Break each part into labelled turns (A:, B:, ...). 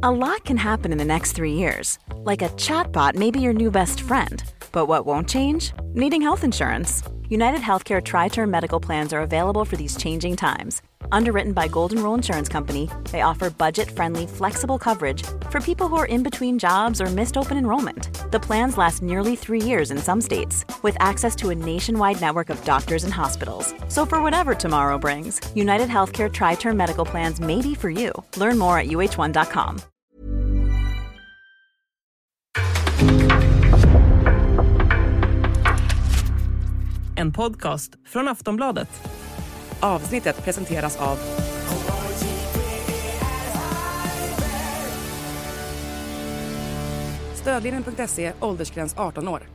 A: A lot can happen in the next 3 years. Like a chatbot may be your new best friend. But what won't change? Needing health insurance. United Healthcare Tri-Term Medical Plans are available for these changing times. Underwritten by Golden Rule Insurance Company, they offer budget-friendly, flexible coverage for people who are in between jobs or missed open enrollment. The plans last nearly 3 years in some states, with access to a nationwide network of doctors and hospitals. So for whatever tomorrow brings, United Healthcare Tri-Term Medical Plans may be for you. Learn more at uh1.com.
B: En podcast från Aftonbladet. Avsnittet presenteras av Stödlinjen.se, åldersgräns 18 år.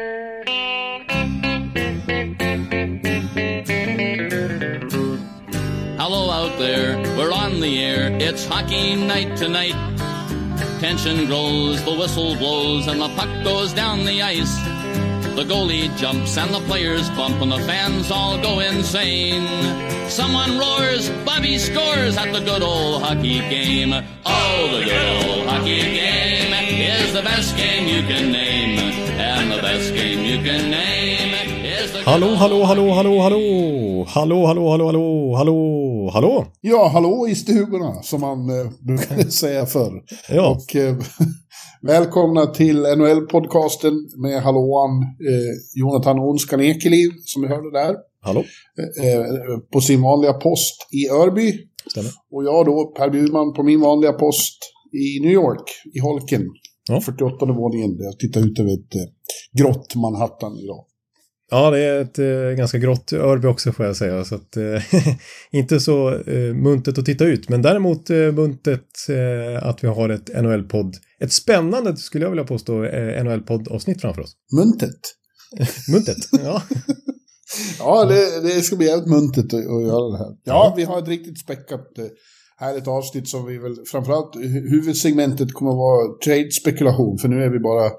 C: Hello out there, we're on the air. It's hockey night tonight. Tension grows, the whistle blows, and the puck goes down the ice. The goalie jumps and the players bump and the fans all go insane. Someone roars, Bobby scores at the good old hockey game. Oh, the good old hockey game is the best game you can name. And the best game you can name is the...
D: Hallå, hallå, hallå, hallå, hallå. Hallå, hallå, hallå, hallå, hallå, hallå.
E: Ja, hallå i stugorna, som man brukade säga förr.
D: Ja.
E: Och välkomna till NHL-podcasten med hallåan Jonathan Onskan Ekeliv, som vi hörde där.
D: Hallå.
E: På sin vanliga post i Örby.
D: Stämmer.
E: Och jag då, Per Bjurman, på min vanliga post i New York, i Holken.
D: Ja.
E: 48:e våningen, där jag tittar ut över ett grått Manhattan idag.
D: Ja, det är ett ganska grått Örby också, får jag säga. Så att, inte så muntet att titta ut. Men däremot muntet att vi har ett NHL-podd. Ett spännande, skulle jag vilja påstå, NHL-podd-avsnitt framför oss.
E: Muntet?
D: Muntet, ja.
E: Ja, det ska bli jävligt muntet att göra det här. Ja, vi har ett riktigt späckat härligt avsnitt som vi väl, framförallt huvudsegmentet kommer att vara trade-spekulation. För nu är vi bara...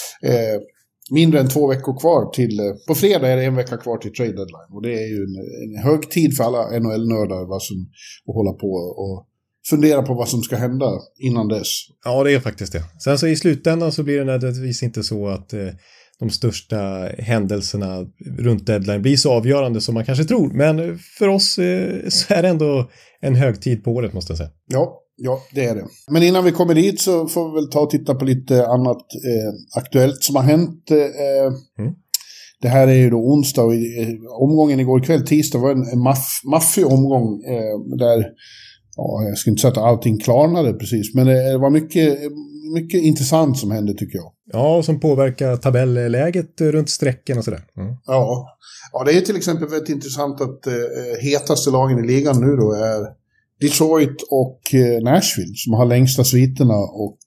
E: mindre än 2 veckor kvar till... På fredag är det 1 vecka kvar till trade deadline. Och det är ju en hög tid för alla NHL-nördar att hålla på och fundera på vad som ska hända innan dess.
D: Ja, det är faktiskt det. Sen så i slutändan så blir det nödvändigtvis inte så att de största händelserna runt deadline blir så avgörande som man kanske tror. Men för oss så är det ändå en hög tid på året, måste jag säga.
E: Ja, det är det. Men innan vi kommer dit så får vi väl ta och titta på lite annat aktuellt som har hänt. Det här är ju då onsdag och omgången igår kväll, tisdag, var en maffig omgång där, ja, jag ska inte säga att allting klarnade precis, men det var mycket intressant som hände, tycker jag.
D: Ja, som påverkar tabelläget runt strecken och sådär.
E: Ja, det är till exempel väldigt intressant att hetaste lagen i ligan nu då är Detroit och Nashville, som har längsta sviterna och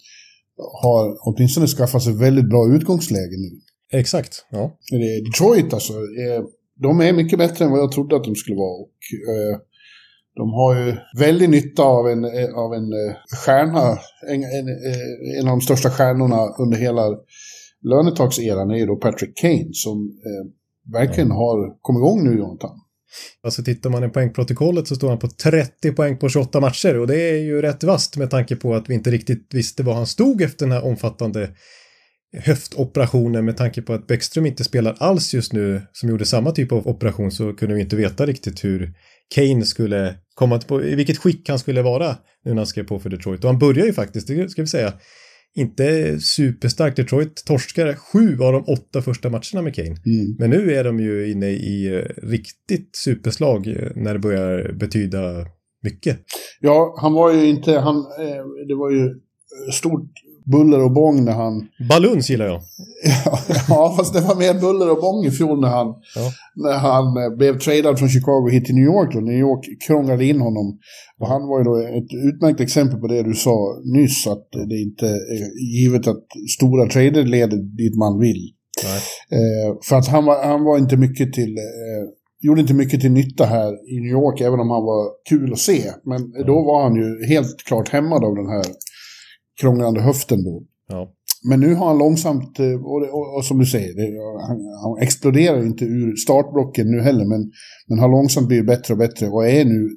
E: har åtminstone skaffat sig väldigt bra utgångsläge nu.
D: Exakt, ja.
E: Detroit alltså, de är mycket bättre än vad jag trodde att de skulle vara, och de har ju väldigt nytta av en stjärna, en av de största stjärnorna under hela lönetagseran är ju då Patrick Kane, som verkligen har kommit igång nu, Jonathan.
D: Alltså tittar man i poängprotokollet så står han på 30 poäng på 28 matcher, och det är ju rätt vasst med tanke på att vi inte riktigt visste var han stod efter den här omfattande höftoperationen. Med tanke på att Bäckström inte spelar alls just nu, som gjorde samma typ av operation, så kunde vi inte veta riktigt hur Kane skulle komma på, i vilket skick han skulle vara nu när han skrev på för Detroit. Och han börjar ju faktiskt, det ska vi säga, inte superstarkt. Detroit torskar 7 av de 8 första matcherna med Kane. Men nu är de ju inne i riktigt superslag när det börjar betyda mycket.
E: Ja, han var ju inte... det var ju stort buller och bång när han...
D: Baluns gillar jag.
E: Ja, fast det var mer buller och bång i fjol när han blev tradad från Chicago hit till New York. Och New York krånglade in honom. Och han var ju då ett utmärkt exempel på det du sa nyss, att det inte är givet att stora trader leder dit man vill. För att han var inte mycket till... gjorde inte mycket till nytta här i New York, även om han var kul att se. Men då var han ju helt klart hämmad av den här krånglande höften då. Ja. Men nu har han långsamt, och som du säger, han exploderar inte ur startblocken nu heller, men har långsamt blivit bättre och bättre och är nu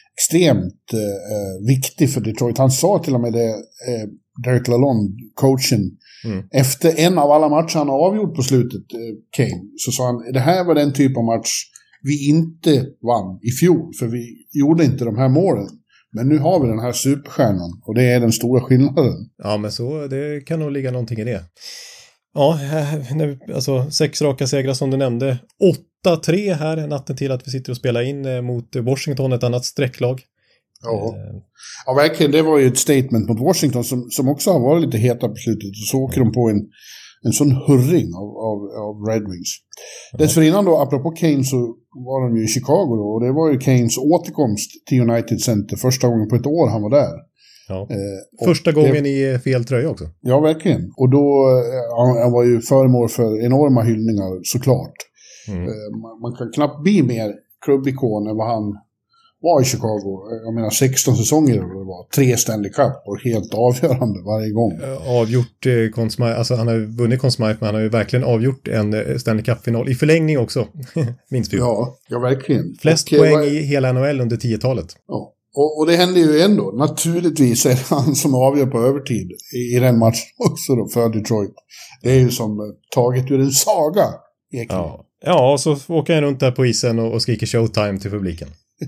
E: extremt viktig för Detroit. Han sa till och med det, Derek Lalonde, coachen, efter en av alla matcher han har avgjort på slutet, Kane, så sa han, det här var den typ av match vi inte vann i fjol, för vi gjorde inte de här målen. Men nu har vi den här superstjärnan och det är den stora skillnaden.
D: Ja, men så det kan nog ligga någonting i det. Ja, alltså 6 raka segrar som du nämnde. 8-3 här natten till att vi sitter och spelar in mot Washington, ett annat sträcklag.
E: Ja, verkligen. Det var ju ett statement mot Washington som också har varit lite heta på slutet. Och så åker de på en sån hurring av Red Wings. Dessförinnan då, apropå Kane, så var de ju i Chicago då. Och det var ju Kanes återkomst till United Center. Första gången på ett år han var där.
D: Ja. Första gången i fel tröja också.
E: Ja, verkligen. Och då han var ju föremål för enorma hyllningar, såklart. Man kan knappt bli mer klubbikon än vad han var i Chicago. Jag menar 16 säsonger det var 3 Stanley Cup och helt avgörande varje gång.
D: Avgjort Conn Smythe, alltså han har ju vunnit Conn Smythe, men han har ju verkligen avgjort en Stanley Cup-final i förlängning också. Minst 4.
E: Ja, verkligen.
D: Flest poäng i hela NHL under 10-talet.
E: Ja. Och det händer ju ändå. Naturligtvis är han som avgör på övertid i den matchen också då för Detroit. Det är ju som taget ur en saga.
D: Ja, och så åker han runt där på isen och skriker showtime till publiken.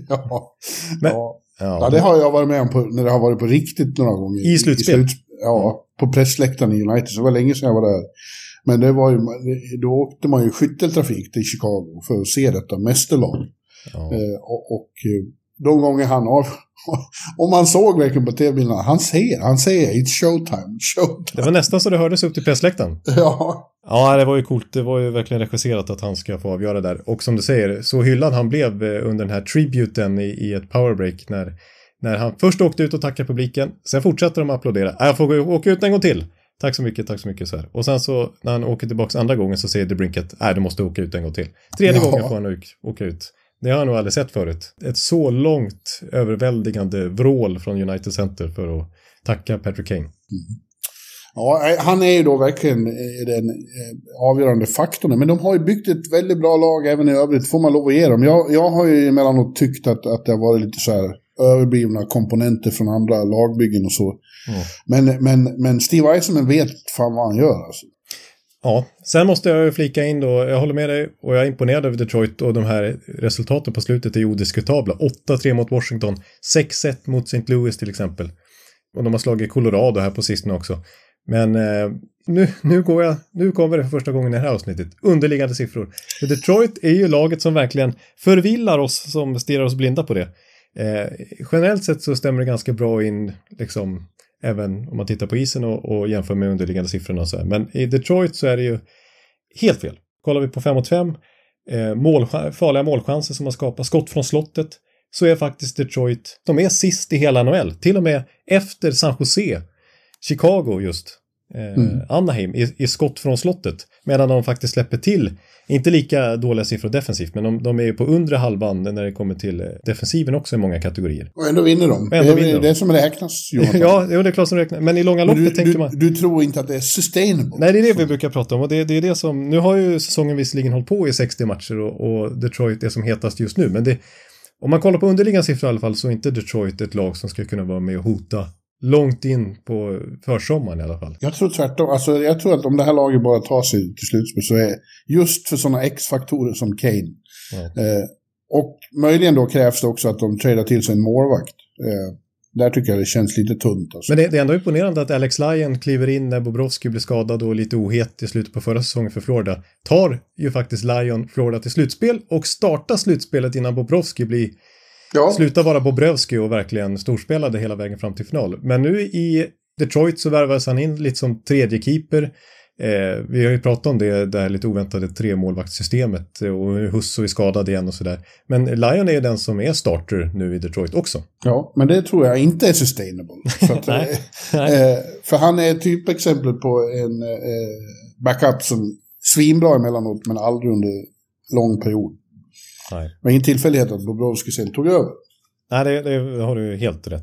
E: Ja, det har jag varit med om när det har varit på riktigt några gånger.
D: I slutspel?
E: På pressläktaren i United. Så det var länge sedan jag var där. Men det var ju, då åkte man ju skytteltrafik till Chicago för att se detta mästerlag. Och de gånger han om man såg verkligen på tv-bilderna, han säger it's showtime.
D: Det var nästan så det hördes upp till pressläktaren. Ja, det var ju coolt. Det var ju verkligen regisserat att han ska få avgöra där. Och som du säger, så hyllad han blev under den här tributen i ett powerbreak när han först åkte ut och tackade publiken. Sen fortsatte de att applådera. Jag får åka ut en gång till. Tack så mycket så här. Och sen så när han åker tillbaka andra gången så säger DeBrincat, du måste åka ut en gång till. 3:e gången får han åka ut. Det har jag nog aldrig sett förut. Ett så långt överväldigande vrål från United Center för att tacka Patrick Kane.
E: Ja, han är ju då verkligen den avgörande faktorn. Men de har ju byggt ett väldigt bra lag även i övrigt, får man lov att ge dem. Jag har ju emellanåt tyckt att det har varit lite så här överblivna komponenter från andra lagbyggen och så. Men Steve Eisenman vet fan vad han gör alltså. Ja,
D: sen måste jag flika in då, jag håller med dig och jag är imponerad över Detroit och de här resultaten på slutet är odiskutabla. 8-3 mot Washington, 6-1 mot St. Louis till exempel. Och de har slagit Colorado här på sistone också. Men nu kommer det för första gången i det här avsnittet. Underliggande siffror. För Detroit är ju laget som verkligen förvillar oss som stirrar oss blinda på det. Generellt sett så stämmer det ganska bra in liksom, även om man tittar på isen och jämför med underliggande siffrorna och så här. Men i Detroit så är det ju helt fel. Kollar vi på 5-5, farliga målchanser som har skapat, skott från slottet, så är faktiskt Detroit, de är sist i hela NHL. Till och med efter San Jose, Chicago just, Anaheim i skott från slottet. Medan de faktiskt släpper till, inte lika dåliga siffror defensivt, men de är ju på undre halvan när det kommer till defensiven också i många kategorier.
E: Och ändå vinner de. Det är det som räknas, Jonathan.
D: Ja, det är klart som räknas. Men i långa loppet tänker man...
E: Du tror inte att det är sustainable?
D: Nej, det är det vi brukar prata om. Och det är det som... Nu har ju säsongen visserligen hållit på i 60 matcher och Detroit är som hetast just nu. Men om man kollar på underliggande siffror i alla fall så är inte Detroit ett lag som ska kunna vara med och hota långt in på försommaren i alla fall.
E: Jag tror tvärtom. Alltså, jag tror att om det här laget bara tar sig till slutspel så är just för sådana X-faktorer som Kane. Och möjligen då krävs det också att de tradar till sig en målvakt. Där tycker jag det känns lite tunt. Alltså.
D: Men det är ändå imponerande att Alex Lyon kliver in när Bobrovsky blir skadad och lite ohet i slutet på förra säsongen för Florida. Tar ju faktiskt Lyon Florida till slutspel och startar slutspelet innan Bobrovsky blir... Sluta vara Bobrovsky och verkligen storspelade hela vägen fram till final. Men nu i Detroit så värvas han in lite som tredje keeper. Vi har ju pratat om det här lite oväntade 3-målvaktssystemet och Husso är skadad igen och sådär. Men Lyon är den som är starter nu i Detroit också.
E: Ja, men det tror jag inte är sustainable. För, att, nej. För han är ett typexempel på en backup som svinbra emellanåt men aldrig under lång period. Nej. Det var ingen tillfällighet att Bobrovsky sen tog över.
D: Nej, det har du helt rätt i.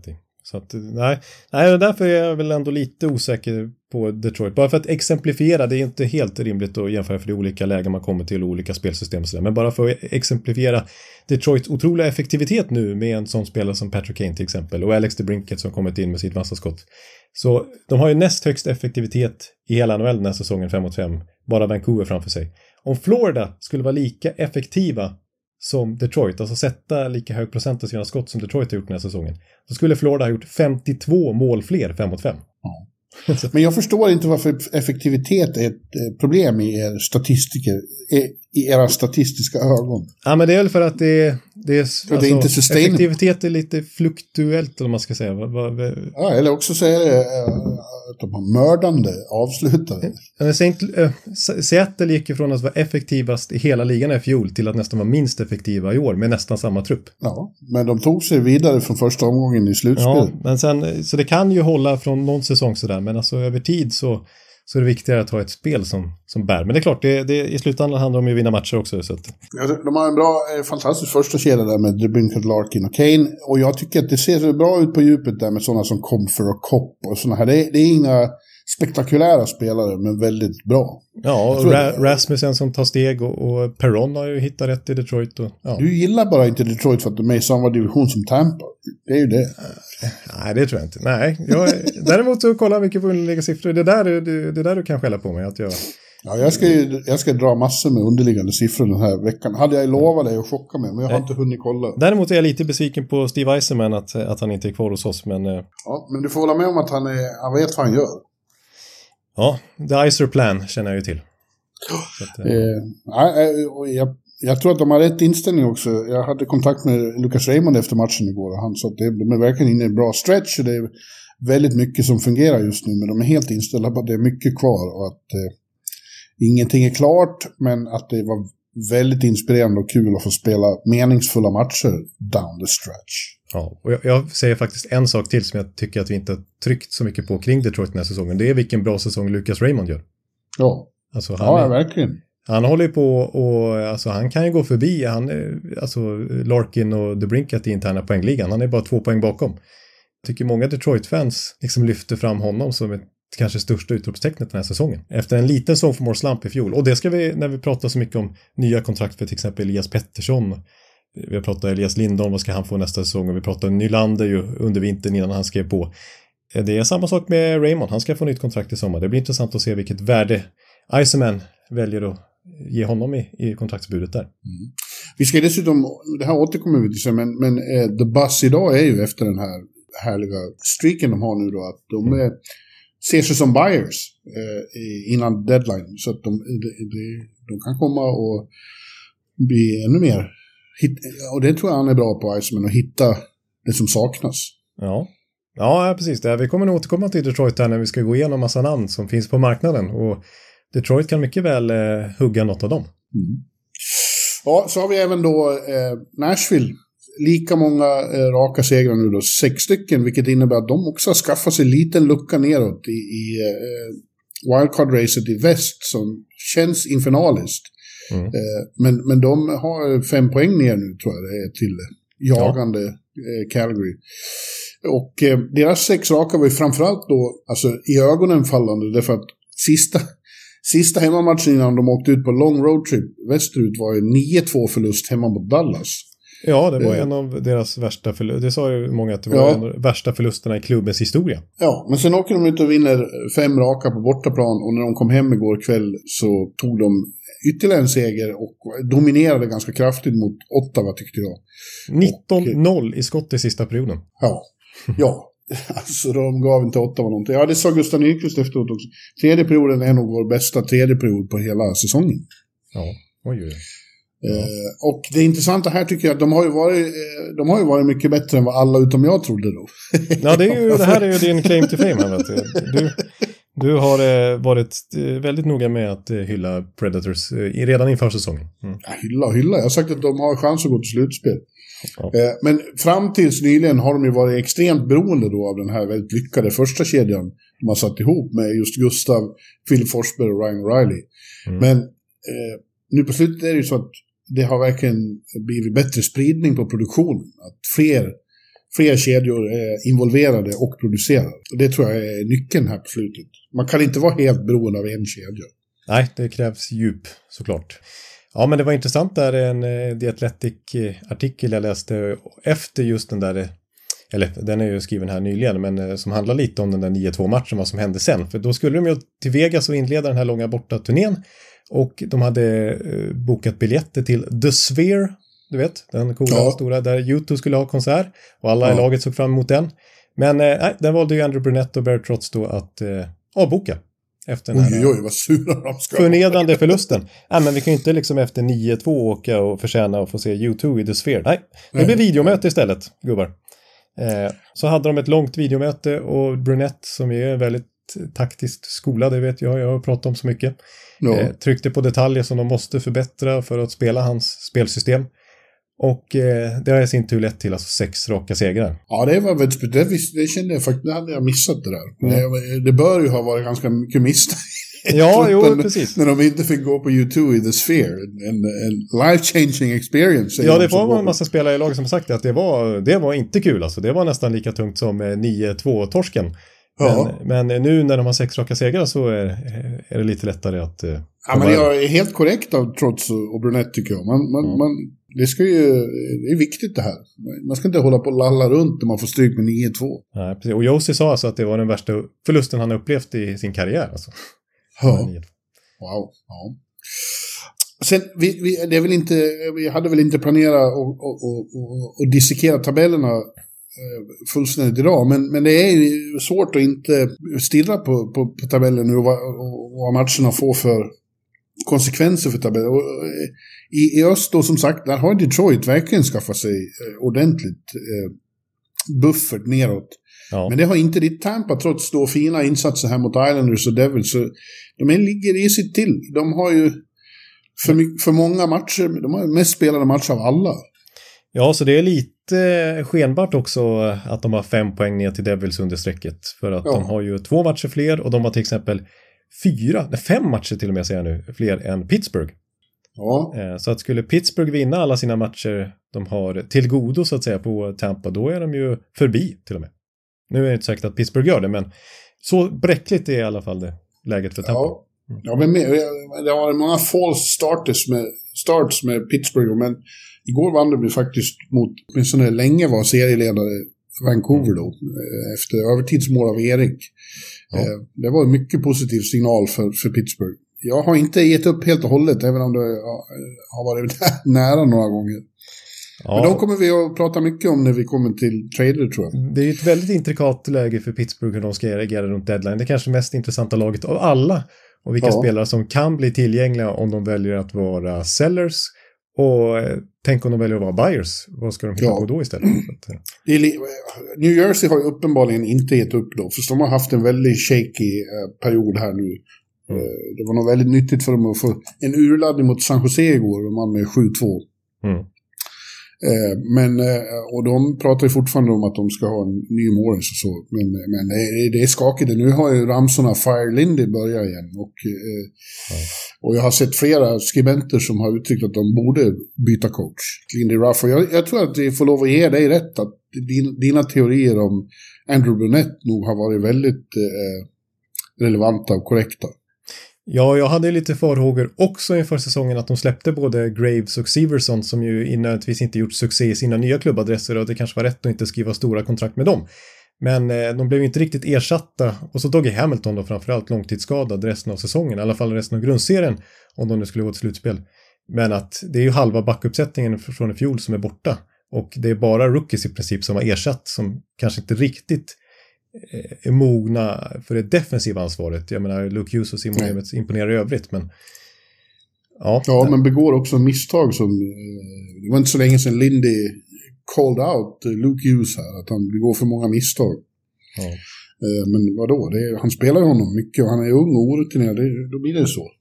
D: Så att, nej, därför är jag väl ändå lite osäker på Detroit. Bara för att exemplifiera, det är inte helt rimligt att jämföra för de olika lägen man kommer till och olika spelsystem och sådär. Men bara för att exemplifiera Detroits otroliga effektivitet nu med en sån spelare som Patrick Kane till exempel och Alex DeBrincat som kommit in med sitt vassa skott. Så de har ju näst högst effektivitet i hela NHL den här säsongen 5-5, bara Vancouver framför sig. Om Florida skulle vara lika effektiva som Detroit, alltså sätta lika hög procent av sina skott som Detroit har gjort den här säsongen, då skulle Florida ha gjort 52 mål fler 5-5.
E: Ja. Men jag förstår inte varför effektivitet är ett problem i era statistiska ögon.
D: Ja, men det är väl för att det är
E: alltså, det är inte sustainable.
D: Effektivitet är lite fluktuellt, eller man ska säga.
E: Ja, eller också så är det att de har mördande avslutare.
D: Seattle gick ifrån att vara effektivast i hela ligan i fjol till att nästan vara minst effektiva i år med nästan samma trupp.
E: Ja, men de tog sig vidare från första omgången i slutspelet.
D: Ja, men sen, så det kan ju hålla från någon säsong sådär, men alltså över tid så är det viktigare att ha ett spel som bär. Men det är klart, det i slutändan handlar det om att vinna matcher också. Så att...
E: De har en bra, fantastisk första kedja där med DeBrincat, Larkin och Kane. Och jag tycker att det ser så bra ut på djupet där med sådana som Comfer och Kopp och sådana här. Det är inga spektakulära spelare, men väldigt bra.
D: Ja, och Rasmussen som tar steg och Perron har ju hittat rätt i Detroit. Och, ja.
E: Du gillar bara inte Detroit för att de är i samma division som Tampa. Det är ju det.
D: Nej, det tror jag inte. Nej, däremot så kollar mycket på underliggande siffror. Det där du kan skälla på mig att göra.
E: Ja, jag ska dra massor med underliggande siffror den här veckan. Hade jag lovat dig att chocka mig, men jag har inte hunnit kolla.
D: Däremot är jag lite besviken på Steve Eisenman att han inte är kvar hos oss. Men,
E: ja, men du får hålla med om att han vet vad han gör.
D: Ja, The Icer Plan känner jag ju till.
E: Jag tror att de har rätt inställning också. Jag hade kontakt med Lucas Raymond efter matchen igår och han sa att de är verkligen inne i en bra stretch och det är väldigt mycket som fungerar just nu, men de är helt inställda på att det är mycket kvar och att ingenting är klart, men att det var väldigt inspirerande och kul att få spela meningsfulla matcher down the stretch.
D: Ja, och jag säger faktiskt en sak till som jag tycker att vi inte har tryckt så mycket på kring Detroit den här säsongen. Det är vilken bra säsong Lucas Raymond gör.
E: Ja,
D: alltså
E: verkligen.
D: Han håller ju på och alltså, han kan ju gå förbi Larkin och DeBrincat i interna poängligan. Han är bara 2 poäng bakom. Jag tycker många Detroit-fans liksom lyfter fram honom som ett kanske största utropstecknet den här säsongen. Efter en liten sophomore slump i fjol. Och det ska vi, när vi pratar så mycket om nya kontrakt för till exempel Elias Pettersson. Vi har pratat Elias Lindholm, vad ska han få nästa säsong? Och vi pratar Nylander ju under vintern innan han skrev på. Det är samma sak med Raymond. Han ska få nytt kontrakt i sommar. Det blir intressant att se vilket värde Eisenman väljer att ge honom i kontraktsbudet där.
E: Mm. Vi ska dessutom, det här återkommer vi till, men The Buzz idag är ju efter den här härliga streaken de har nu då, att de ser sig som buyers innan deadline, så att de kan komma och bli ännu mer och det tror jag han är bra på, Iceman, att hitta det som saknas.
D: Ja, precis. Vi kommer nog återkomma till Detroit här när vi ska gå igenom massa namn som finns på marknaden, och Detroit kan mycket väl hugga något av dem. Mm.
E: Ja, så har vi även då Nashville. Lika många raka segrar nu då, 6 stycken, vilket innebär att de också har skaffat sig en liten lucka neråt i wildcard-racet i väst som känns infernaliskt. Mm. Men de har 5 poäng ner nu, tror jag det är, till jagande Calgary. Och deras 6 raka var ju framförallt då alltså i ögonen fallande, därför att sista hemmamatchen innan de åkte ut på long road trip västerut var ju 9-2 förlust hemma mot Dallas.
D: Ja, det var en av deras värsta förluster. Det sa ju många att det var en av de värsta förlusterna i klubbens historia.
E: Ja, men sen åker de ut och vinner 5 raka på bortaplan, och när de kom hem igår kväll så tog de ytterligare en seger och dominerade ganska kraftigt mot Ottawa, tyckte jag.
D: 19-0 i skott i sista perioden.
E: Ja. Alltså de gav inte Ottawa någonting. Ja, det sa Gustav Nyqvist efteråt också. 3:e perioden är nog vår bästa 3:e period på hela säsongen.
D: Ja, oj.
E: Och det intressanta här tycker jag att de har ju varit mycket bättre än vad alla utom jag trodde då.
D: Ja, det här är ju din claim to fame här, vet du har varit väldigt noga med att hylla Predators redan inför säsongen. Mm.
E: Ja, hylla. Jag har sagt att de har chans att gå till slutspel. Ja. Men fram tills nyligen har de ju varit extremt beroende då av den här väldigt lyckade första kedjan de har satt ihop med just Gustav, Phil Forsberg och Ryan O'Reilly. Mm. Men nu på slutet är det ju så att det har verkligen blivit bättre spridning på produktionen. Att fler kedjor är involverade och producerar. Och det tror jag är nyckeln här på slutet. Man kan inte vara helt beroende av en kedja.
D: Nej, det krävs djup såklart. Ja, men det var intressant där, en The Athletic-artikel jag läste efter just den där, eller den är ju skriven här nyligen, men som handlar lite om den där 9-2-matchen, vad som hände sen. För då skulle de ju till Vegas och inleda den här långa borta-turnén, och de hade bokat biljetter till The Sphere, du vet, den coola stora, där U2 skulle ha konsert, och alla i laget såg fram emot den. Men nej, den valde ju Andrew Brunette och Barry Trotz då att avboka. Efter den här
E: vad sura de ska
D: förnedrande förlusten. Nej, men vi kan ju inte liksom efter 9-2 åka och förtjäna att få se U2 i The Sphere. Nej, det blir videomöte istället, gubbar. Så hade de ett långt videomöte, och Brunette, som är väldigt taktiskt skolad, det vet jag har pratat om så mycket, tryckte på detaljer som de måste förbättra för att spela hans spelsystem. Och det har i sin tur lett till alltså 6 raka segrar.
E: Ja, det var väldigt, det kände jag faktiskt, det hade jag missat det där. Det bör ju ha varit ganska mycket misstag.
D: Ja, jo, precis.
E: När de inte fick gå på U2 i The Sphere. En life-changing experience.
D: Ja, det var en massa spelare i laget som sagt att det var inte kul. Alltså. Det var nästan lika tungt som 9-2-torsken. Men nu när de har 6 raka segrar så är det lite lättare att...
E: Ja, men jag är helt korrekt av Trotz och Brunette, tycker jag. Det är viktigt det här. Man ska inte hålla på och lalla runt när man får stryk med 9-2.
D: Nej, precis. Och Josie sa alltså att det var den värsta förlusten han upplevt i sin karriär. Alltså.
E: Ja. Wow. Ja. Sen, vi hade väl inte planerat att dissekera tabellerna fullständigt idag, men det är ju svårt att inte stirra på tabellen nu och vad matcherna får för konsekvenser för tabellen. Och i öst då, som sagt, där har Detroit verkligen skaffat sig ordentligt buffert neråt. Ja. Men det har inte ditt Tampa, trots då fina insatser här mot Islanders och Devils. Så de ligger i sitt till. De har ju för många matcher, de har mest spelade matcher av alla.
D: Ja, så det är lite skenbart också att de har 5 poäng ner till Devils under strecket. För att de har ju 2 matcher fler, och de har till exempel 5 matcher till och med, säger jag nu, fler än Pittsburgh. Ja. Så att skulle Pittsburgh vinna alla sina matcher de har till godo så att säga på Tampa, då är de ju förbi till och med. Nu är det inte säkert att Pittsburgh gör det, men så bräckligt är i alla fall det läget för Tampa.
E: Ja, men det var många false starts med Pittsburgh, men igår vann det faktiskt mot, åtminstone länge var serieledare Vancouver då, efter övertidsmål av Erik. Ja. Det var en mycket positiv signal för Pittsburgh. Jag har inte gett upp helt och hållet, även om det har varit nära några gånger. Ja. Men de kommer vi att prata mycket om när vi kommer till trader, tror jag.
D: Det är ett väldigt intrikat läge för Pittsburgh hur de ska reagera runt deadline. Det är kanske mest intressanta laget av alla. Och vilka spelare som kan bli tillgängliga om de väljer att vara sellers. Och tänk om de väljer att vara buyers. Vad ska de hitta på då istället?
E: New Jersey har ju uppenbarligen inte gett upp då. För de har haft en väldigt shaky period här nu. Det var nog väldigt nyttigt för dem att få en urladdning mot San Jose igår. De vann med 7-2. Och de pratar ju fortfarande om att de ska ha en ny Morris och så. Men det är skakigt. Nu har ju Ramsorna Fire Lindy börjat igen. Och jag har sett flera skribenter som har uttryckt att de borde byta coach. Lindy Ruff. Och jag tror att vi får lov att ge dig rätt. Att dina teorier om Andrew Brunette nog har varit väldigt relevanta och korrekta.
D: Ja, jag hade lite farhågor också inför säsongen att de släppte både Graves och Severson, som ju innan inte gjort succé i sina nya klubbadresser, och det kanske var rätt att inte skriva stora kontrakt med dem. Men de blev inte riktigt ersatta, och så Dougie Hamilton då framförallt långtidsskadad resten av säsongen, i alla fall resten av grundserien om de nu skulle gå till slutspel. Men att det är ju halva backuppsättningen från i fjol som är borta, och det är bara rookies i princip som har ersatt, som kanske inte riktigt är mogna för det defensiva ansvaret. Jag menar, Luke Hughes och Simon Evans imponerar i övrigt, men
E: men begår också misstag som det var inte så länge sedan Lindy called out Luke Hughes här, att han begår för många misstag. Men vadå? Han spelar honom mycket och han är ung och orutinerad, då blir det så.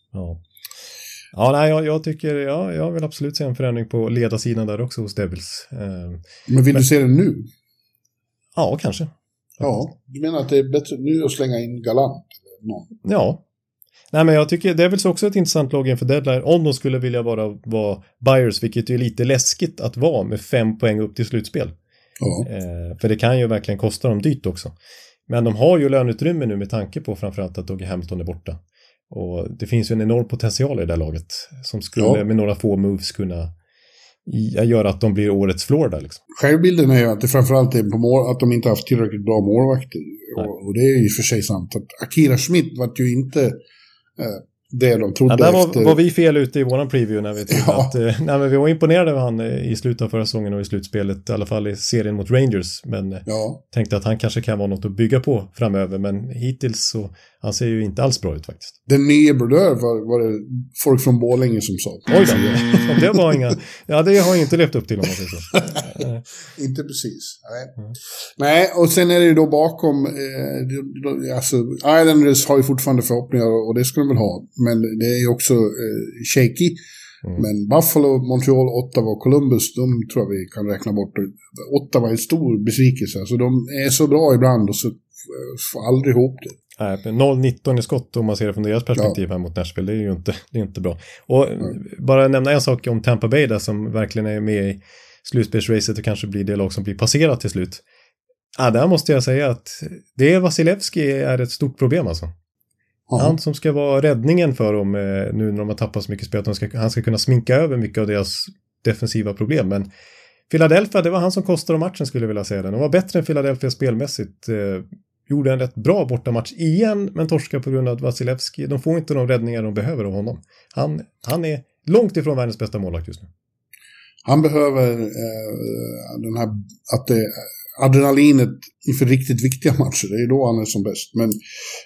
D: Jag tycker, jag vill absolut se en förändring på ledarsidan där också hos Devils.
E: Men vill du se det nu?
D: Ja, kanske.
E: Ja, du menar att det är bättre nu att slänga in Galant?
D: Ja. Nej, men jag tycker det är väl också ett intressant lag inför deadline om de skulle vilja vara buyers, vilket är lite läskigt att vara med 5 poäng upp till slutspel.
E: Ja.
D: För det kan ju verkligen kosta dem dyrt också. Men de har ju löneutrymme nu med tanke på framförallt att Dougie Hamilton är borta. Och det finns ju en enorm potential i det där laget som skulle med några få moves kunna göra att de blir årets Florida. Liksom.
E: Självbilden är ju att det framförallt är på att de inte haft tillräckligt bra målvakter. Och det är ju för sig sant. Att Akira Schmidt var ju inte det de trodde
D: där var vi fel ute i våran preview när vi trodde att men vi var imponerade av han i slutet av förra säsongen och i slutspelet, i alla fall i serien mot Rangers, men tänkte att han kanske kan vara något att bygga på framöver, men hittills så han ser ju inte alls bra ut faktiskt.
E: Den nya brodör var det folk från Borlänge som sa.
D: Oj då, det var inga, det har inte levt upp till om man säger så.
E: Inte precis. Nej, och sen är det ju då bakom alltså Islanders har ju fortfarande förhoppningar och det ska de väl ha, men det är ju också shaky. Men Buffalo, Montreal, Ottawa och Columbus, de tror jag vi kan räkna bort. Ottawa är en stor besvikelse, alltså de är så bra ibland och så får aldrig ihop det.
D: 0-19 i skott om man ser det från deras perspektiv här mot Nashville, det är ju inte bra. Och bara nämna en sak om Tampa Bay där som verkligen är med i slutspelsracet och kanske blir det lag som blir passerat till slut. Där måste jag säga att det Vasilevski är ett stort problem alltså. Han som ska vara räddningen för dem nu när de har tappat så mycket spel, att han ska kunna sminka över mycket av deras defensiva problem. Men Philadelphia, det var han som kostade matchen skulle jag vilja säga. De var bättre än Philadelphia spelmässigt. Gjorde en rätt bra bortamatch igen, men torskar på grund av att Vasilevski, de får inte de räddningar de behöver av honom. Han är långt ifrån världens bästa målvakt just nu.
E: Han behöver den här adrenalinet inför riktigt viktiga matcher. Det är då han är som bäst. Men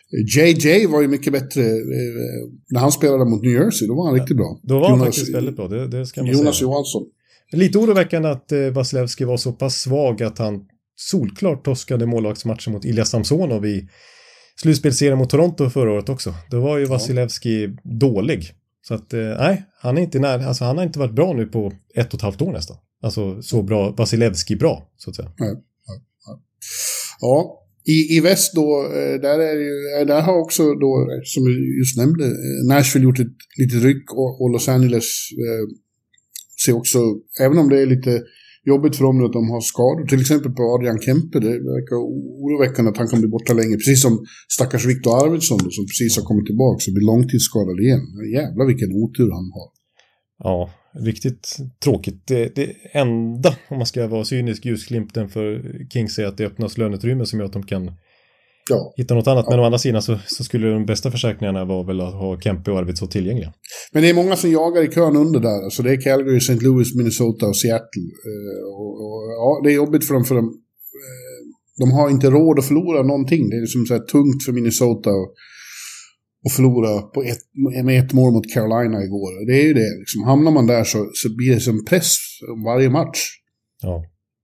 E: JJ var ju mycket bättre när han spelade mot New Jersey. Då var han riktigt bra.
D: Då var han faktiskt väldigt bra. Det ska man
E: Jonas
D: säga.
E: Johansson.
D: Lite oroväckande att Vasilevski var så pass svag att han solklart torskade målvaktsmatchen mot Ilja Samsonov i slutspelserien mot Toronto förra året också. Då var ju Vasilevski dålig. Så att han är inte nära. Alltså han har inte varit bra nu på 1,5 år nästan. Alltså så bra, Vasilevski bra så att säga.
E: Ja, i väst då, där har också då, som vi just nämnde, Nashville gjort ett litet ryck och Los Angeles ser också, även om det är lite jobbigt för dem att de har skador, till exempel på Adrian Kempe, det verkar oroväckande att han kan bli borta länge, precis som stackars Victor Arvidsson då, som precis har kommit tillbaka och blir långtidsskadad igen. Jävlar vilken otur han har.
D: Ja, riktigt tråkigt. Det enda, om man ska vara cynisk, ljusglimten för Kings är att det öppnas löneutrymme som gör att de kan hitta något annat. Men å andra sidan så skulle de bästa försäkringarna vara väl att ha Kempe och Arvidsson tillgängliga. Men
E: det är många som jagar i kön under där. Alltså det är Calgary, St. Louis, Minnesota och Seattle. Det är jobbigt för dem. De har inte råd att förlora någonting. Det är liksom så här tungt för Minnesota och förlora med ett mål mot Carolina igår. Det är ju det. Liksom, hamnar man där så blir det som press varje match.
D: Ja.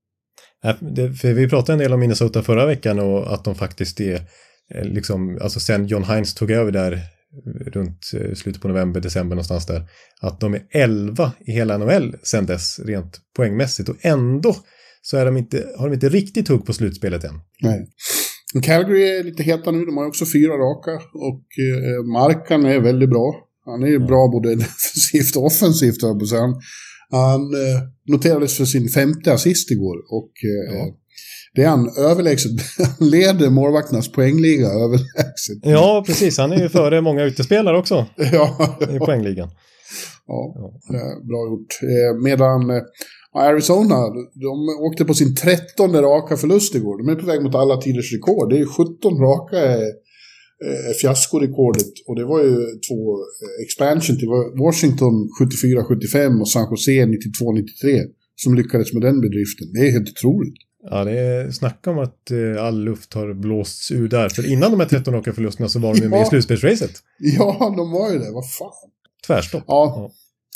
D: För vi pratade en del om Minnesota förra veckan och att de faktiskt är liksom, alltså sen John Hines tog över där runt slutet på november, december någonstans där, att de är 11 i hela NHL sen dess rent poängmässigt och ändå så har de inte riktigt hugg på slutspelet än. Nej.
E: Calgary är lite heta nu, de har också 4 raka och Markan är väldigt bra. Han är ju bra både defensivt och offensivt. Han noterades för sin 5:e assist igår och det är han överlägset. Han leder målvakternas poängliga överlägset.
D: Ja, precis. Han är ju före många utespelare också i poängligan.
E: Ja, bra gjort. Medan Arizona, de åkte på sin 13:e raka förlust igår. De är på väg mot alla tiders rekord. Det är 17 raka fiaskorekordet. Och det var ju 2 expansion till Washington 74-75 och San Jose 92-93 som lyckades med den bedriften. Det är helt otroligt.
D: Ja, det är snacka om att all luft har blåsts ur där. För innan de här 13 raka förlusterna så var de med i slutspelsracet.
E: Ja, de var ju det. Vad fan.
D: Tvärstopp.
E: Ja.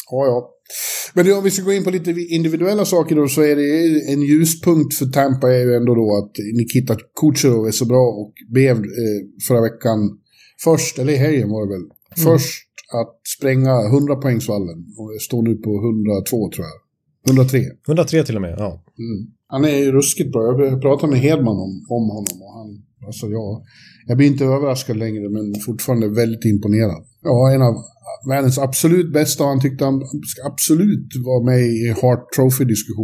E: Men om vi ska gå in på lite individuella saker då, så är det en ljuspunkt för Tampa är ju ändå då att Nikita Kucherov är så bra och blev förra veckan först, eller i helgen var det väl, först att spränga 100-poängsvallen och står nu på 102 tror jag. 103
D: till och med, ja.
E: Han är ju ruskigt bra. Jag pratade med Hedman om honom och han, alltså jag blir inte överraskad längre men fortfarande väldigt imponerad. Ja, en av världens absolut bästa och han tyckte han ska absolut vara med i Hart Trophy-diskussion.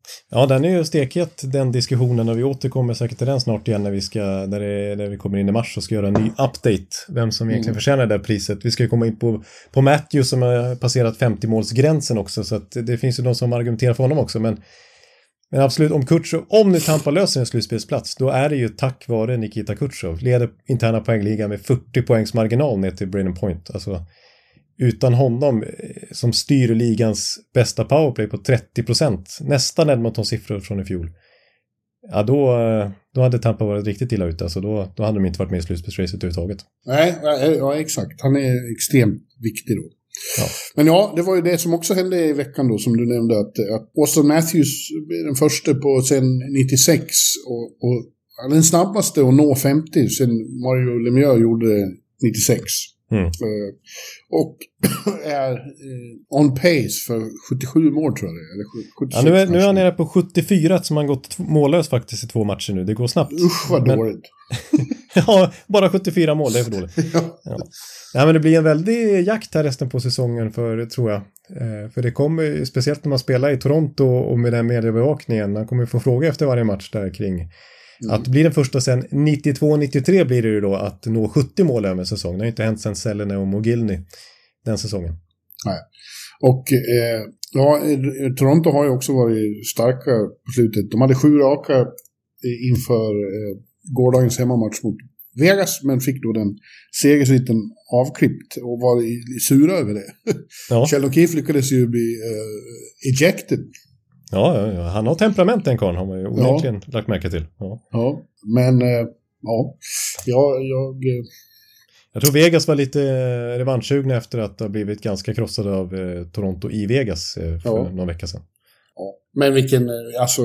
D: Ja, den är ju stekhet, den diskussionen, och vi återkommer säkert till den snart igen när vi kommer in i mars och ska göra en ny update. Vem som egentligen förtjänar det där priset. Vi ska ju komma in på Matthews som har passerat 50-målsgränsen också, så att det finns ju de som argumenterar för honom också, men absolut, om nu Tampa löser en slutspelsplats, då är det ju tack vare Nikita Kucherov. Leder interna poängligan med 40 poängs marginal ner till Brayden Point. Alltså, utan honom som styr ligans bästa powerplay på 30%, nästan Edmontons siffror från i fjol. Ja, då hade Tampa varit riktigt illa ute. Alltså då hade de inte varit med i slutspelsracet överhuvudtaget.
E: Nej, ja, exakt. Han är extremt viktig då. Ja. Men ja, det var ju det som också hände i veckan då, som du nämnde, att Auston Matthews är den första på sen 96 och den snabbaste att nå 50 sen Mario Lemieux gjorde 96. Och är on pace för 77 mål, tror jag det är. Eller 76
D: nu är han nere på 74, som han gått mållös faktiskt i 2 matcher nu. Det går snabbt.
E: Usch, vad dåligt.
D: Ja, bara 74 mål, det är för dåligt. Ja. Nej, men det blir en väldig jakt här resten på säsongen, tror jag. För det kommer, speciellt när man spelar i Toronto och med den mediebevakningen, man kommer få fråga efter varje match där kring att bli den första sen 92-93 blir det ju då att nå 70 mål över säsongen. Det har inte hänt sen Selene och Mogilny den säsongen. Nej.
E: Och Toronto har ju också varit starka på slutet. De hade 7 raka inför gårdagens hemmamatch mot Vegas, men fick då den segersviten avklippt och var sura över det. Ja. Sheldon Keefe lyckades ju bli ejected.
D: Ja, han har temperament, den karln, har man ju onekligen lagt märke till.
E: Ja, men
D: jag tror Vegas var lite revanschsugna efter att ha blivit ganska krossade av Toronto i Vegas för någon vecka sedan.
E: Ja, men vilken, alltså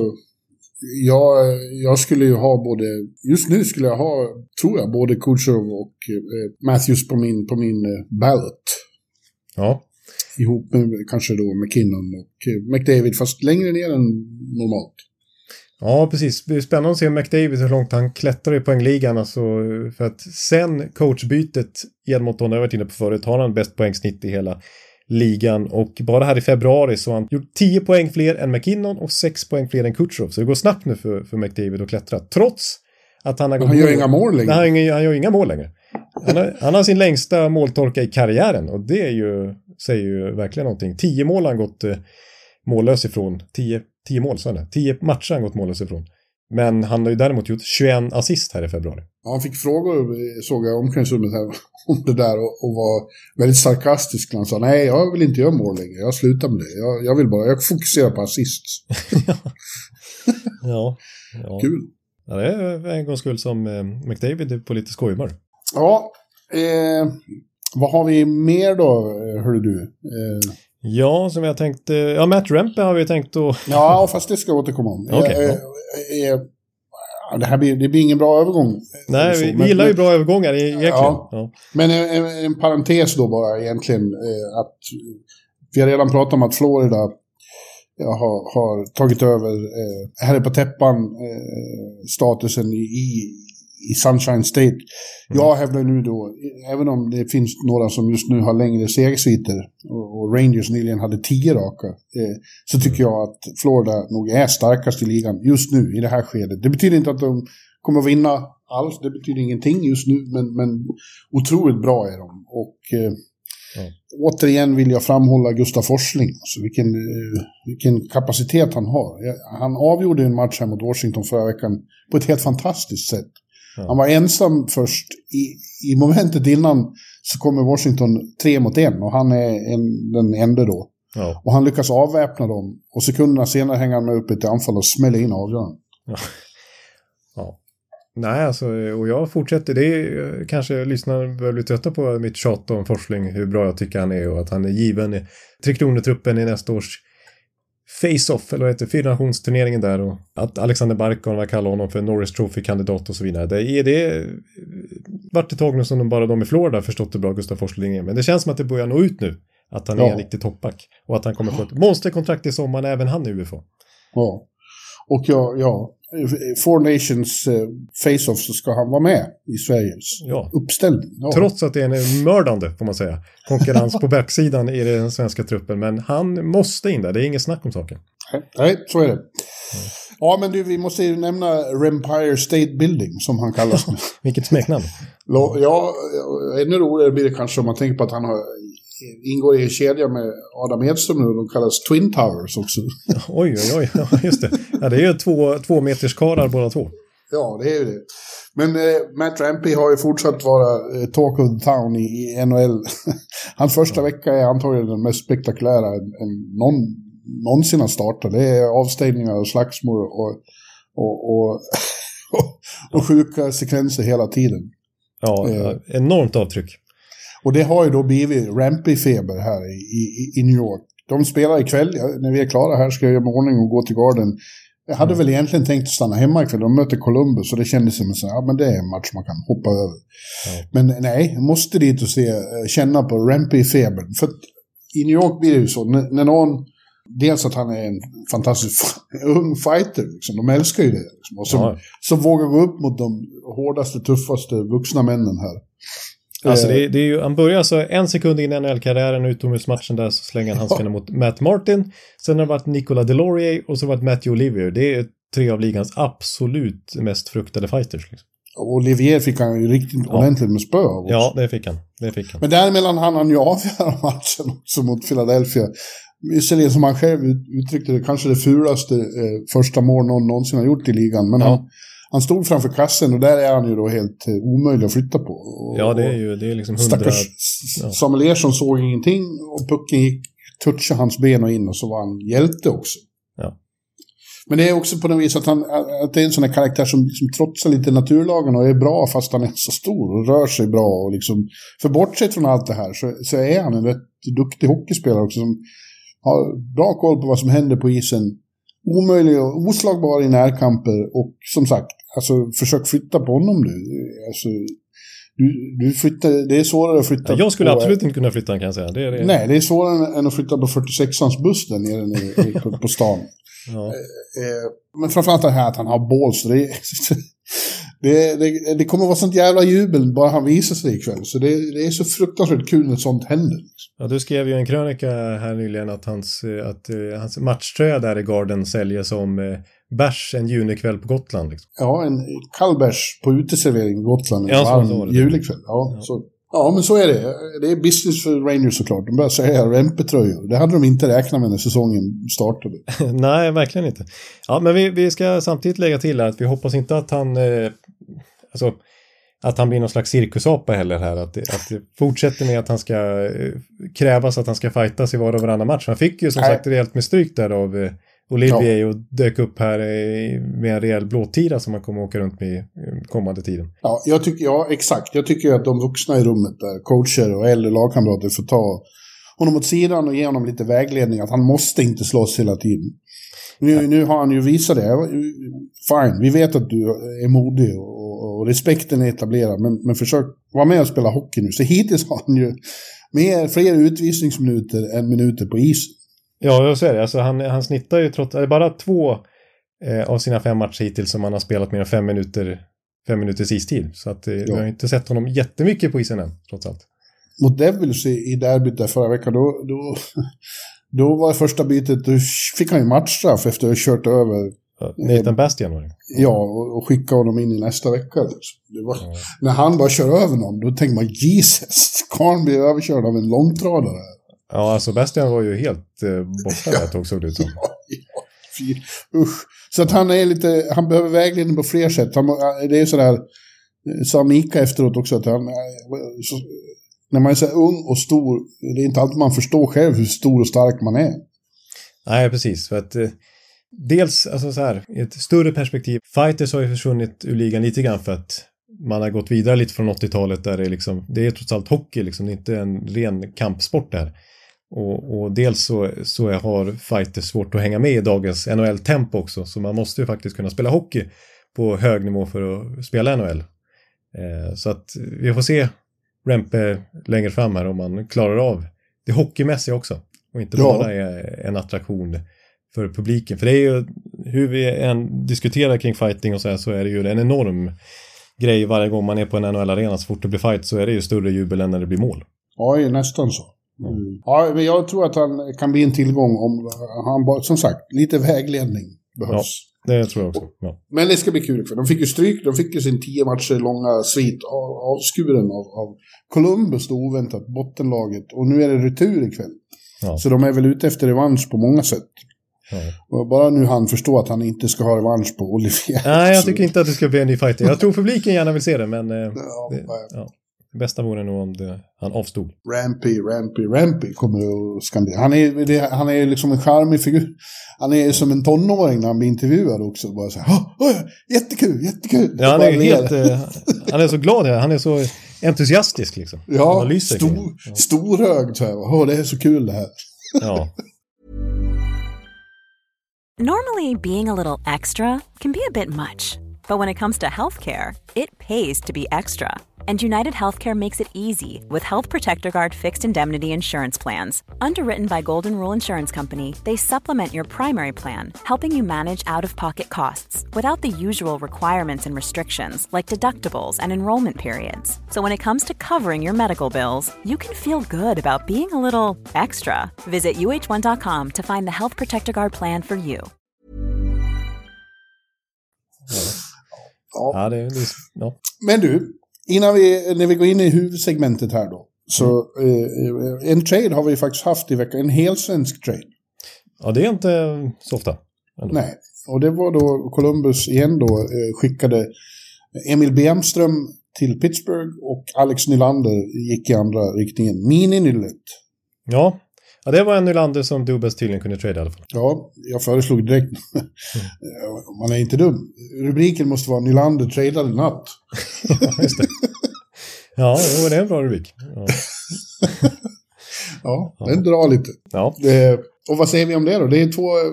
E: jag skulle ju ha just nu skulle jag ha, tror jag, både Kucherov och Matthews på min ballot.
D: Ja.
E: Ihop med kanske då McKinnon och McDavid, fast längre ner än normalt.
D: Ja, precis. Det är spännande att se McDavid hur långt han klättrar i poängligan. Alltså, för att sen coachbytet i Edmonton, jag varit inne på förut, har han bäst poängsnitt i hela ligan. Och bara här i februari så har han gjort 10 poäng fler än McKinnon och 6 poäng fler än Kucherov. Så det går snabbt nu för McDavid att klättra. Trots att han har gått...
E: Han gör inga mål längre.
D: Nej, han gör inga mål längre. Han har sin längsta måltorka i karriären. Och det är ju, säger ju verkligen någonting. 10 mål har han gått mållös ifrån. 10 mål, så 10 matcher har han gått mållös ifrån. Men han har ju däremot gjort 21 assist här i februari.
E: Ja, han fick frågor, såg jag omklädningsrummet här, om det där och var väldigt sarkastisk. Han sa, nej, jag vill inte göra mål längre. Jag slutar med det. Jag vill bara, jag fokuserar på assist.
D: Ja.
E: Kul.
D: Ja, det är en gång skull som McDavid är på lite skojmör.
E: Ja, vad har vi mer då, hörde du?
D: Ja, som jag tänkte... Ja, Matt Rempe har vi tänkt att...
E: Ja, fast det ska jag återkomma om.
D: Okay,
E: det blir ingen bra övergång.
D: Nej, vi gillar ju bra övergångar egentligen. Ja.
E: Men en parentes då bara egentligen. Att vi har redan pratat om att Florida har tagit över här är på täppan statusen i Sunshine State. Jag hävdar nu då, även om det finns några som just nu har längre segersviter och Rangers nyligen hade 10 raka, så tycker jag att Florida nog är starkast i ligan just nu i det här skedet. Det betyder inte att de kommer att vinna alls, det betyder ingenting just nu, men otroligt bra är de. Och återigen vill jag framhålla Gustav Forsling, alltså vilken kapacitet han har. Han avgjorde en match här mot Washington förra veckan på ett helt fantastiskt sätt. Han var ensam först. I momentet innan så kommer Washington 3-1 och han är den enda då. Ja. Och han lyckas avväpna dem. Och sekunderna senare hänger han med upp ett anfall och smäller in avgörande.
D: Ja. Nej, alltså, och jag fortsätter. Det är kanske lyssnare börjar bli trötta på mitt tjat om Forsling, hur bra jag tycker han är och att han är given i Tre Kronor-truppen i nästa års face-off, eller vad heter fyrationsturneringen där, och att Alexander Barkov var kallar honom för Norris Trophy-kandidat och så vidare. Det vart ett tag nu som bara de i Florida förstått det bra, Gustav Forsling, men det känns som att det börjar nå ut nu att han är en riktig toppback och att han kommer få ett monsterkontrakt i sommaren, även han i UFA.
E: Ja, och Four Nations face-off så ska han vara med i Sveriges uppställning. Ja.
D: Trots att det är en mördande, får man säga, konkurrens på backsidan i den svenska truppen. Men han måste in där, det är inget snack om saken.
E: Nej, så är det. Ja, men du, vi måste ju nämna Rempire State Building, som han kallas.
D: Vilket smeknamn.
E: Ja, ännu roligare blir det kanske om man tänker på att han ingår i en kedja med Adam Edström nu, de kallas Twin Towers också.
D: Oj, just det. Ja, det är ju 2 meters karar båda två.
E: Ja, det är ju det. Men Matt Rampy har ju fortsatt vara talk of the town i NHL. Hans första vecka är antagligen den mest spektakulära än någonsin har startat. Det är avstängningar och slagsmål och sjuka sekvenser hela tiden.
D: Ja, enormt avtryck.
E: Och det har ju då blivit Rampy-feber här i New York. De spelar ikväll, när vi är klara här ska jag göra ordning och gå till Garden. Jag hade väl egentligen tänkt att stanna hemma ikväll. De möter Columbus och det kändes som att men det är en match man kan hoppa över. Ja. Men nej, måste dit och känna på Rampy-febern. För i New York blir det ju så, när någon, dels att han är en fantastisk ung fighter, liksom, de älskar ju det. Liksom, och som vågar gå upp mot de hårdaste, tuffaste vuxna männen här.
D: Alltså det är ju, han börjar så 1 sekund in i NHL-karriären, utomhusmatchen där så slänger han handskarna mot Matt Martin. Sen har det varit Nicolas Deslauriers och så har det varit Matthew Olivier. Det är 3 av ligans absolut mest fruktade fighters. Liksom.
E: Olivier fick han ju riktigt ordentligt med spö av.
D: Ja, det fick han.
E: Men däremellan han ju avgöra matchen också mot Philadelphia. Visserligen som han själv uttryckte det, kanske det fulaste första mål någon någonsin har gjort i ligan. Men han stod framför kassen och där är han ju då helt omöjlig att flytta på.
D: Ja, det är liksom 100...
E: Stackars Samuel Ersson såg ingenting och pucken gick, touchade hans ben och in och så var han hjälte också.
D: Ja.
E: Men det är också på något vis att det är en sån här karaktär som trotsar lite naturlagen och är bra fast han är så stor och rör sig bra. Och liksom, för bortsett från allt det här så är han en rätt duktig hockeyspelare också som har bra koll på vad som händer på isen. Omöjlig och oslagbar i närkamper och som sagt, alltså försök flytta på honom nu. Alltså, du flyttar, det är svårare att flytta.
D: Jag skulle absolut inte kunna flytta, kan jag säga. Det.
E: Nej, det är svårare än att flytta på 46ans buss där nere på stan.
D: Ja.
E: Men framförallt det här att han har balls. Det kommer vara sånt jävla jubel bara han visar sig ikväll. Så det är så fruktansvärt kul när sånt händer.
D: Ja, du skrev ju en krönika här nyligen att hans matchtröja där i Garden säljer som bärs en junikväll på Gotland. Liksom.
E: Ja, en kall bärs på uteservering på Gotland. En julikväll. Ja, men så är det. Det är business för Rangers såklart. De börjar säga rempetröjor. Det hade de inte räknat med när säsongen startade.
D: Nej, verkligen inte. Ja, men vi ska samtidigt lägga till att vi hoppas inte att han att han blir någon slags cirkusapa heller här. Att det fortsätter med att han ska krävas att han ska fightas i var och varannan match. Han fick ju som sagt rejält med stryk där av Olivier och dök upp här med en rejäl blåtira som man kommer åka runt med kommande tiden. Ja, exakt. Jag tycker att de vuxna i rummet där, coacher och äldre lagkamrater får ta honom åt sidan och ge honom lite vägledning att han måste inte slåss hela tiden. Nu har han ju visat det. Fine, vi vet att du är modig och respekten är etablerad, men försök vara med och spela hockey nu. Så hittills har han ju fler utvisningsminuter än minuter på isen. Ja, jag ser det. Alltså han snittar ju trots bara 2 av sina 5 matcher hittills som han har spelat mer än 5 minuters istid. Så att vi har inte sett honom jättemycket på isen än, trots allt.
E: Mot Devils i derbyt där förra veckan, då var första bytet, då fick han ju matchstraff efter att ha kört över
D: Nathan Bastian var det.
E: Ja, och skicka honom in i nästa vecka. Det var, när han bara kör över någon, då tänker man, Jesus, kan bli överkörd av en långtradare.
D: Ja, alltså Bastian var ju helt borta där ett tag, såg det ut som.
E: Usch. Så att han behöver vägledning på fler sätt. Det är sådär, sa Mika efteråt också, att när man är så ung och stor, det är inte alltid man förstår själv hur stor och stark man är.
D: Nej, precis. För att dels, alltså så här, i ett större perspektiv, fighters har ju försvunnit ur ligan lite grann för att man har gått vidare lite från 80-talet där det är trots allt hockey, liksom, det är inte en ren kampsport där. Och dels så har fighters svårt att hänga med i dagens NHL-tempo också, så man måste ju faktiskt kunna spela hockey på hög nivå för att spela NHL. Så att vi får se Rempe längre fram här om man klarar av det hockeymässiga också och inte bara är en attraktion för publiken. För det är ju, hur vi än diskuterar kring fighting och så är det ju en enorm grej varje gång man är på en NHL-arena. Så fort det blir fight så är det ju större jubel än när det blir mål.
E: Ja, nästan så. Ja, men jag tror att han kan bli en tillgång om han bara, som sagt, lite vägledning behövs.
D: Ja, det tror jag också. Ja.
E: Men det ska bli kul, för de fick ju stryk, de fick ju sin 10 matcher långa svit avskuren av Columbus då, oväntat, bottenlaget. Och nu är det retur ikväll. Ja. Så de är väl ute efter revansch på många sätt. Ja. Och bara nu han förstår att han inte ska ha revansch på Olivier.
D: Nej, jag tycker inte att det ska bli en ny fighting. Jag tror publiken gärna vill se det, men det bästa vore nog om han avstod.
E: Rampy kommer att skandera. Han är liksom en charmig figur. Han är som en tonåring när han blir intervjuad också. Bara så här, jättekul.
D: Ja, han är så glad här. Han är så entusiastisk liksom.
E: Ja, storögd så här. Det är så kul det här.
D: Ja.
A: Normally, being a little extra can be a bit much. But when it comes to healthcare, it pays to be extra. And United Healthcare makes it easy with Health Protector Guard fixed indemnity insurance plans. Underwritten by Golden Rule Insurance Company, they supplement your primary plan, helping you manage out-of-pocket costs without the usual requirements and restrictions like deductibles and enrollment periods. So when it comes to covering your medical bills, you can feel good about being a little extra. Visit uh1.com to find the Health Protector Guard plan for you.
E: Ja. Men du, när vi går in i huvudsegmentet här då, så en trade har vi faktiskt haft i veckan, en hel svensk trade.
D: Ja, det är inte så ofta.
E: Ändå. Nej, och det var då Columbus igen då skickade Emil Bemström till Pittsburgh och Alex Nylander gick i andra riktningen. Mini-Nylet.
D: Ja, det var en Nylander som Dubas tydligen kunde trade i alla fall.
E: Ja, jag föreslog direkt. Man är inte dum. Rubriken måste vara Nylander tradade natt.
D: Ja, just det. Ja, det är en bra rubrik.
E: Ja, den drar lite.
D: Ja.
E: Och vad säger vi om det då? Det är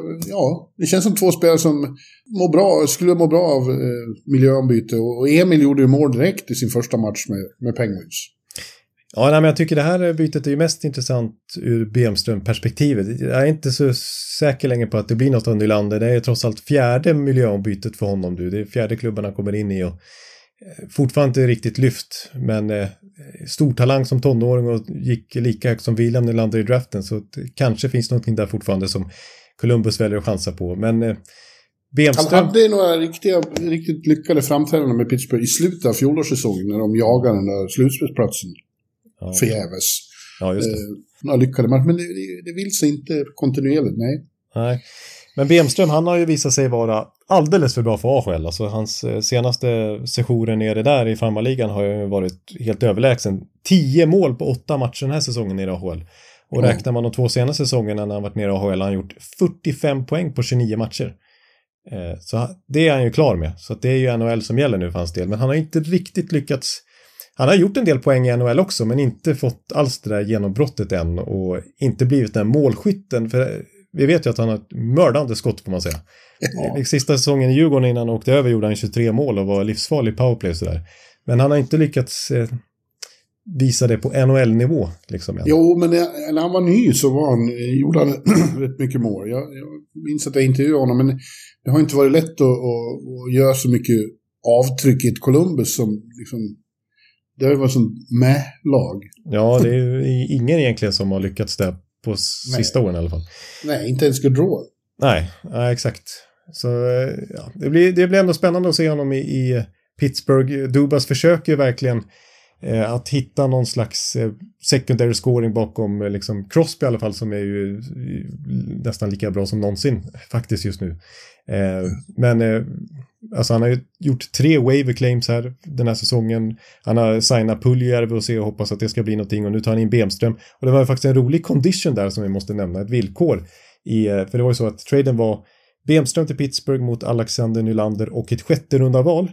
E: det känns som två spelare som skulle må bra av miljöombyte. Och Emil gjorde ju mål direkt i sin första match med Penguins.
D: Ja, men jag tycker det här bytet är ju mest intressant ur Bemström-perspektivet. Jag är inte så säker längre på att det blir något av Nylander. Det är trots allt 4:e miljöombytet för honom. Det är 4:e klubben han kommer in i och fortfarande inte riktigt lyft. Men stor talang som tonåring och gick lika högt som William Nylander i draften. Så det kanske finns någonting där fortfarande som Columbus väljer att chansa på. Men Bemström...
E: Han hade några riktigt lyckade framträdanden med Pittsburgh i slutet av fjolårssäsongen när de jagade den där slutspelsplatsen. Ja. Förgäves.
D: Ja, just det.
E: Några lyckade matcher, men det vill sig inte kontinuerligt,
D: nej. Men Bemström, han har ju visat sig vara alldeles för bra för AHL. Alltså hans senaste sessioner nere där i farmarligan har ju varit helt överlägsen. 10 mål på 8 matcher den här säsongen nere i AHL. Och räknar man de 2 senaste säsongerna när han varit nere i AHL har han gjort 45 poäng på 29 matcher. Så det är han ju klar med. Så det är ju NHL som gäller nu för hans del. Men han har inte riktigt lyckats... Han har gjort en del poäng i NHL också, men inte fått alls det där genombrottet än och inte blivit den målskytten. För vi vet ju att han har ett mördande skott, får man säga. Ja. Sista säsongen i Djurgården innan han åkte över gjorde han 23 mål och var livsfarlig i powerplay och sådär. Men han har inte lyckats visa det på NHL-nivå. Liksom,
E: jo, men när han var ny så gjorde han rätt mycket mål. Jag minns att jag intervjuade honom, men det har inte varit lätt att göra så mycket avtryck i ett Columbus som liksom... Det har ju varit som med-lag. Ja,
D: det är ju ingen egentligen som har lyckats där på sista åren i alla fall.
E: Nej, inte ens Gaudreau.
D: Nej, exakt. Så det blir ändå spännande att se honom i Pittsburgh. Dubas försöker ju verkligen att hitta någon slags secondary scoring bakom liksom Crosby i alla fall, som är ju nästan lika bra som någonsin faktiskt just nu. Men alltså han har ju gjort 3 waiver claims här den här säsongen. Han har signat Puljärvi och se och hoppas att det ska bli någonting. Och nu tar han in Bemström. Och det var faktiskt en rolig condition där som vi måste nämna. Ett villkor. För det var ju så att traden var Bemström till Pittsburgh mot Alexander Nylander och ett 6:e runda val.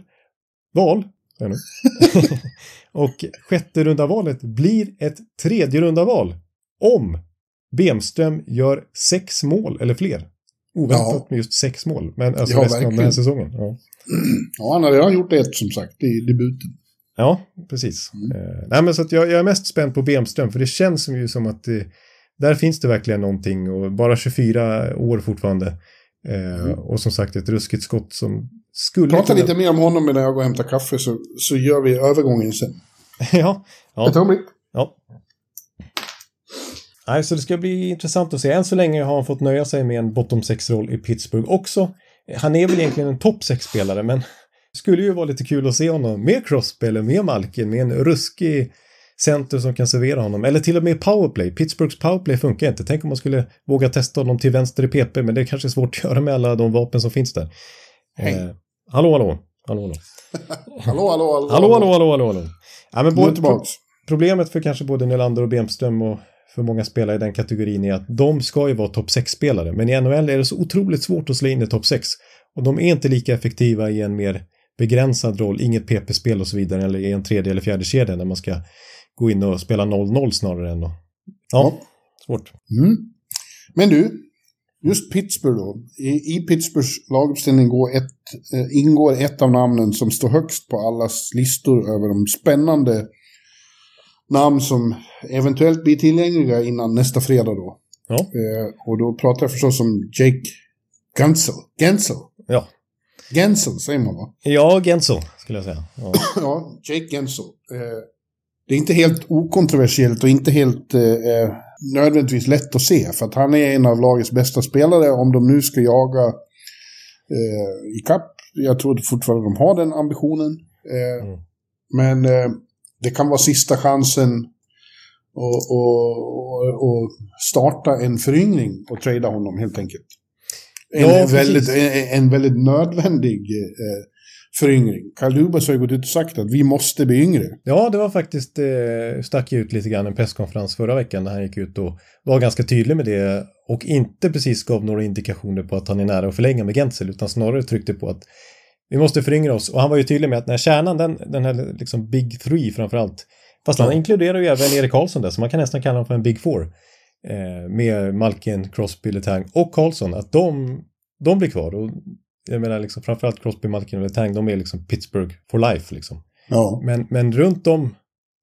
D: Och 6:e runda valet blir ett 3:e runda val om Bemström gör 6 mål eller fler. Oväntat med just 6 mål. Men alltså resten av den här säsongen.
E: Ja, han har redan gjort ett som sagt i debuten.
D: Ja, precis. Nej, men så att jag är mest spänd på Bemström. För det känns som att där finns det verkligen någonting. Och bara 24 år fortfarande. Och som sagt ett ruskigt skott som skulle...
E: Prata lite mer om honom när jag går och hämtar kaffe så gör vi övergången sen.
D: Ja.
E: Ett ögonblick.
D: Ja. Nej, så det ska bli intressant att se. Än så länge har han fått nöja sig med en bottom 6-roll i Pittsburgh också. Han är väl egentligen en topp 6-spelare, men det skulle ju vara lite kul att se honom med Crosby eller med Malkin, med en ruskig center som kan servera honom. Eller till och med powerplay. Pittsburghs powerplay funkar inte. Tänk om man skulle våga testa honom till vänster i PP, men det är kanske svårt att göra med alla de vapen som finns där.
E: Hej.
D: Hallå.
E: Hallå.
D: Ja, men problemet för kanske både Nylander och Bemström och för många spelare i den kategorin är att de ska ju vara topp 6-spelare. Men i NHL är det så otroligt svårt att slå in i topp 6. Och de är inte lika effektiva i en mer begränsad roll, inget PP-spel och så vidare, eller i en tredje eller fjärde kedja när man ska gå in och spela 0-0 snarare än då. Ja, svårt.
E: Men du, just Pittsburgh då. I Pittsburghs laguppställning ingår ett av namnen som står högst på allas listor över de spännande namn som eventuellt blir tillgängliga innan nästa fredag då.
D: Ja.
E: Och då pratar jag förstås om Jake Guentzel.
D: Ja.
E: Guentzel säger man va?
D: Ja, Guentzel skulle jag säga. Ja,
E: ja, Jake Guentzel. Det är inte helt okontroversiellt och inte helt nödvändigtvis lätt att se. För att han är en av lagets bästa spelare om de nu ska jaga i kapp. Jag tror fortfarande de har den ambitionen. Men det kan vara sista chansen och starta en föryngring och trada honom helt enkelt. En väldigt nödvändig föryngring. Carl Dubas har ju gått ut och sagt att vi måste bli yngre.
D: Ja, det var faktiskt stack ut lite grann en presskonferens förra veckan när han gick ut och var ganska tydlig med det och inte precis gav några indikationer på att han är nära att förlänga med Guentzel, utan snarare tryckte på att vi måste föryngra oss. Och han var ju tydlig med att när kärnan, den här liksom Big Three framförallt, fast han inkluderar ju även Erik Karlsson där, så man kan nästan kalla honom för en Big Four, med Malkin, Crosby, Letang och Karlsson, att de blir kvar. Och jag menar liksom, framförallt Crosby, Malkin och Letang, de är liksom Pittsburgh for life liksom.
E: Ja.
D: Men runt om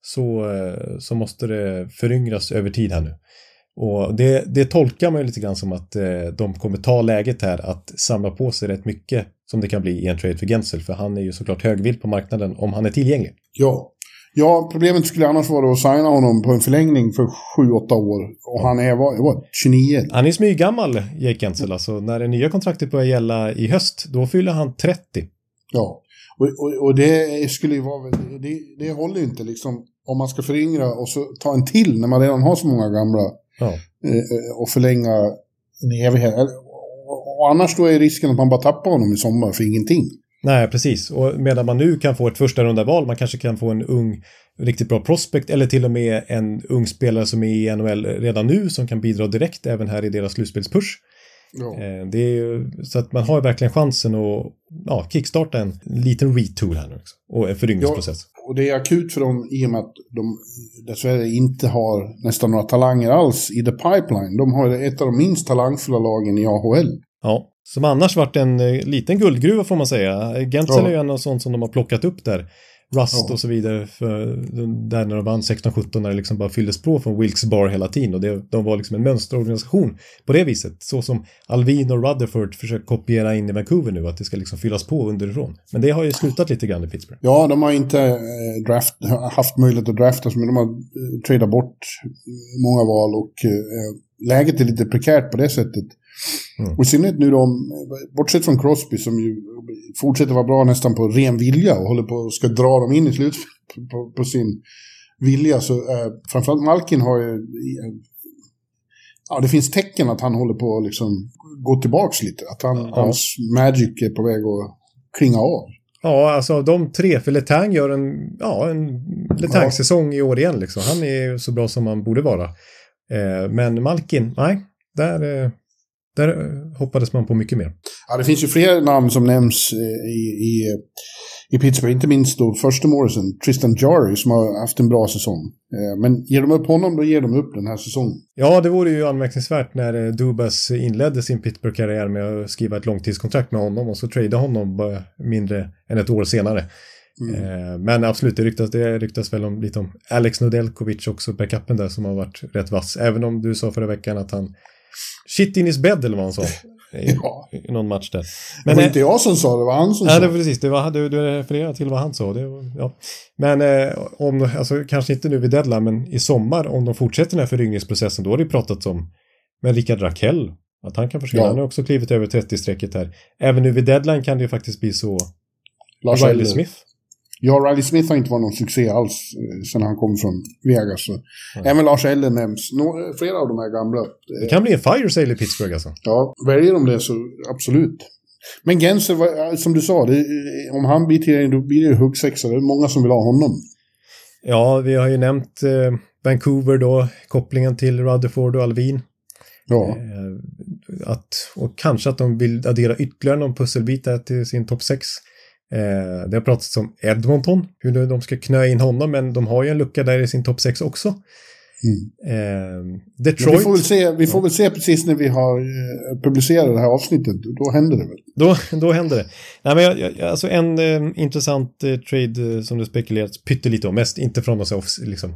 D: så måste det föryngras över tid här nu. Och det tolkar man ju lite grann som att de kommer ta läget här att samla på sig rätt mycket som det kan bli i en trade för Guentzel, för han är ju såklart högvilt på marknaden om han är tillgänglig.
E: Ja, problemet skulle annars vara att signa honom på en förlängning för 7-8 år. Och han är 29.
D: Han är smyggammal, Jake Guentzel. Alltså, när det nya kontraktet börjar gälla i höst, då fyller han 30.
E: Ja, och det skulle ju vara... Det håller ju inte liksom om man ska föryngra och så ta en till när man redan har så många gamla. Ja. Och förlänga en evighet. Och annars då är risken att man bara tappar honom i sommar för ingenting.
D: Nej, precis. Och medan man nu kan få ett första runda val, man kanske kan få en ung, riktigt bra prospect eller till och med en ung spelare som är i NHL redan nu som kan bidra direkt även här i deras slutspelspush. Ja. Det är ju, så att man har ju verkligen chansen att kickstarta en liten retool här nu också, och en föryngringsprocess.
E: Ja, och det är akut för dem i och med att de dessvärre inte har nästan några talanger alls i the pipeline. De har ett av de minst talangfulla lagen i AHL.
D: Ja, som annars varit en liten guldgruva får man säga. Guentzel är ju en av sånt som de har plockat upp där. Rust och så vidare, för där när de vann 16-17 när det liksom bara fylldes på från Wilkes Bar hela tiden, och de var liksom en mönsterorganisation på det viset, så som Alvin och Rutherford försöker kopiera in i Vancouver nu, att det ska liksom fyllas på underifrån. Men det har ju slutat lite grann i Pittsburgh.
E: Ja, de har inte haft möjlighet att drafta, men de har tradat bort många val och läget är lite prekärt på det sättet. Och i synnerhet nu bortsett från Crosby som ju fortsätter vara bra nästan på ren vilja och håller på ska dra dem in i slut på sin vilja, så framförallt Malkin har ju det finns tecken att han håller på att liksom gå tillbaks lite, att hans magic är på väg att klinga av.
D: Ja, alltså de tre, för Letang gör en Letang-säsong i år igen liksom. Han är ju så bra som han borde vara. Men Malkin, nej, där hoppades man på mycket mer.
E: Ja, det finns ju fler namn som nämns i Pittsburgh. Inte minst då första Morrison, Tristan Jarry, som har haft en bra säsong. Men ger de upp honom, då ger de upp den här säsongen.
D: Ja, det vore ju anmärkningsvärt när Dubas inledde sin Pittsburgh-karriär med att skriva ett långtidskontrakt med honom och så trada honom bara mindre än ett år senare. Men absolut, det ryktas väl lite om Alex Nedeljkovic också, backupen där, som har varit rätt vass. Även om du sa förra veckan att han shit in his bed eller vad han sa. i någon match där.
E: Men det var inte jag som sa, det var han som sa.
D: Nej, det var precis. Det var, du refererade till vad han sa. Ja. Men om, alltså, kanske inte nu vid deadline, men i sommar, om de fortsätter den här föryngringsprocessen, då har det pratats om med Rickard Rakell, att han kan försvinna. Han har också klivit över 30-strecket här. Även nu vid deadline kan det ju faktiskt bli så.
E: Lars
D: Riley Smith.
E: Ja, Riley Smith har inte varit någon succé alls sedan han kom från Vegas. Så. Även Lars Eller nämns. Flera av de här gamla.
D: Det kan bli en fire sale i Pittsburgh alltså.
E: Ja, väljer de det så absolut. Men Gensel, som du sa, om han blir till då blir det huggsexa. Det är många som vill ha honom.
D: Ja, vi har ju nämnt Vancouver då, kopplingen till Rutherford och Alvin.
E: Ja.
D: Och kanske att de vill addera ytterligare någon pusselbit där till sin topp 6. Det har pratats om Edmonton, hur de ska knö in honom, men de har ju en lucka där i sin topp 6 också. Detroit.
E: Vi får väl se precis när vi har publicerat det här avsnittet. Då händer det väl.
D: Då händer det. Nej, men alltså en intressant trade som du spekulerat pyttelite om, mest inte från oss liksom,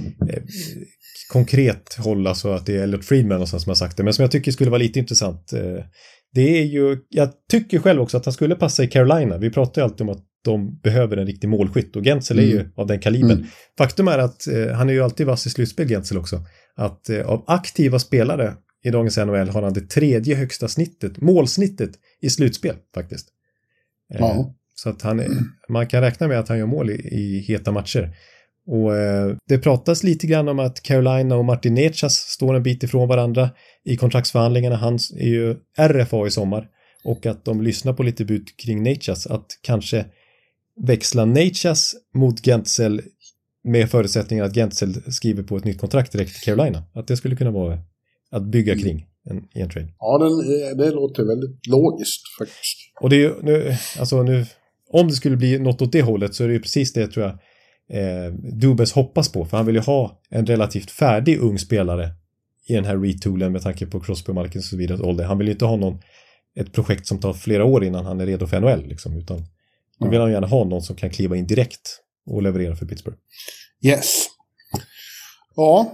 D: konkret håll, alltså att det är Elliot Friedman som har sagt det, men som jag tycker skulle vara lite intressant. Det är ju, jag tycker själv också att han skulle passa i Carolina. Vi pratar ju alltid om att de behöver en riktig målskytt, och Gensel är ju av den kalibern. Faktum är att han är ju alltid vass i slutspel, Gensel också. Att av aktiva spelare i dagens NHL har han det 3:e högsta målsnittet i slutspel faktiskt. Så att man kan räkna med att han gör mål i heta matcher. Och det pratas lite grann om att Carolina och Martin Necas står en bit ifrån varandra i kontraktsförhandlingarna. Han är ju RFA i sommar, och att de lyssnar på lite bud kring Necas, att kanske växla Necas mot Gensel med förutsättningen att Gensel skriver på ett nytt kontrakt direkt till Carolina. Att det skulle kunna vara att bygga kring i en trade.
E: Ja, det låter väldigt logiskt faktiskt.
D: Och det är ju nu, om det skulle bli något åt det hållet, så är det ju precis det, tror jag, Dubas hoppas på, för han vill ju ha en relativt färdig ung spelare i den här retoolen med tanke på Crosby, Malkin och så vidare ålder. Han vill ju inte ha ett projekt som tar flera år innan han är redo för NHL liksom, utan då vill han gärna ha någon som kan kliva in direkt och leverera för Pittsburgh.
E: Yes. Ja,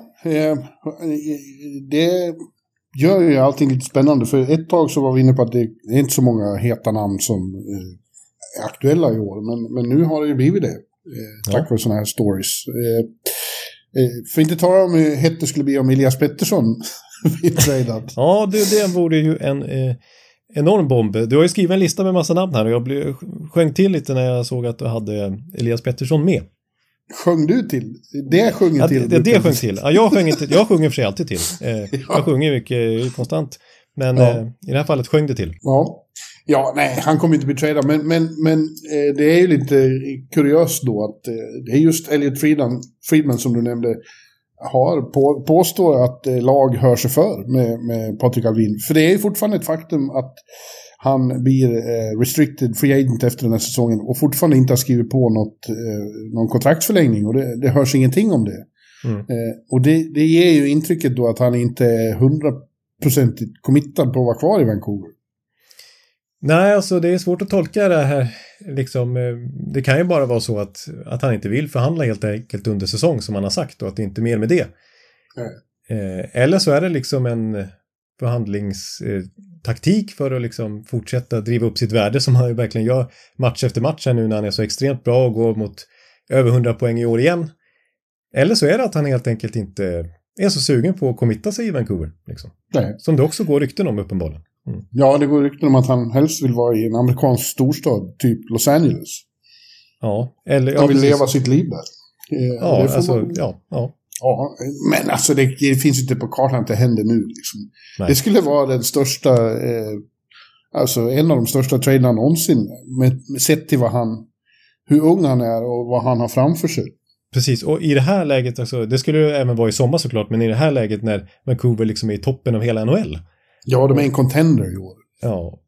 E: det gör ju allting lite spännande, för ett tag så var vi inne på att det är inte så många heta namn som är aktuella i år, men nu har det ju blivit det. Tack för sådana här stories. För inte tala om hur hett det skulle bli om Elias Pettersson vid tradead.
D: Ja, det vore ju en enorm bomb. Du har ju skrivit en lista med massa namn här, och jag sjöng till lite när jag såg att du hade Elias Pettersson med.
E: Sjöng du till? Det sjunger till.
D: Det sjöng till. Ja, jag sjunger för sig alltid till. Jag sjunger mycket konstant. Men i det här fallet sjöng det till.
E: Ja, nej, han kommer inte bli tradad. Men det är ju lite kuriöst då att det är just Elliot Friedman som du nämnde påstår att lag hör sig för med Patrik Alvin. För det är ju fortfarande ett faktum att han blir restricted free agent efter den här säsongen och fortfarande inte har skrivit på någon kontraktsförlängning, och det hörs ingenting om det. Och det ger ju intrycket då att han inte är 100% committad på att vara kvar i Vancouver.
D: Nej, alltså det är svårt att tolka det här. Liksom, det kan ju bara vara så att han inte vill förhandla helt enkelt under säsong, som han har sagt, och att det inte är mer med det. Eller så är det liksom en förhandlingstaktik för att liksom fortsätta driva upp sitt värde, som han ju verkligen gör match efter match här nu när han är så extremt bra och går mot över 100 poäng i år igen. Eller så är det att han helt enkelt inte är så sugen på att committa sig i Vancouver. Liksom. Som det också går rykten om uppenbarligen.
E: Ja, det går rykten om att han helst vill vara i en amerikansk storstad, typ Los Angeles.
D: Ja, eller
E: han vill leva sitt liv där.
D: Ja,
E: men alltså det finns inte på kartan att det händer nu. Liksom. Det skulle vara den största, alltså en av de största traderna någonsin, sett till hur ung han är och vad han har framför sig.
D: Precis, och i det här läget, alltså, det skulle ju även vara i sommar såklart, men i det här läget när Vancouver liksom är i toppen av hela NHL.
E: Ja, de är en contender i år.
D: Ja.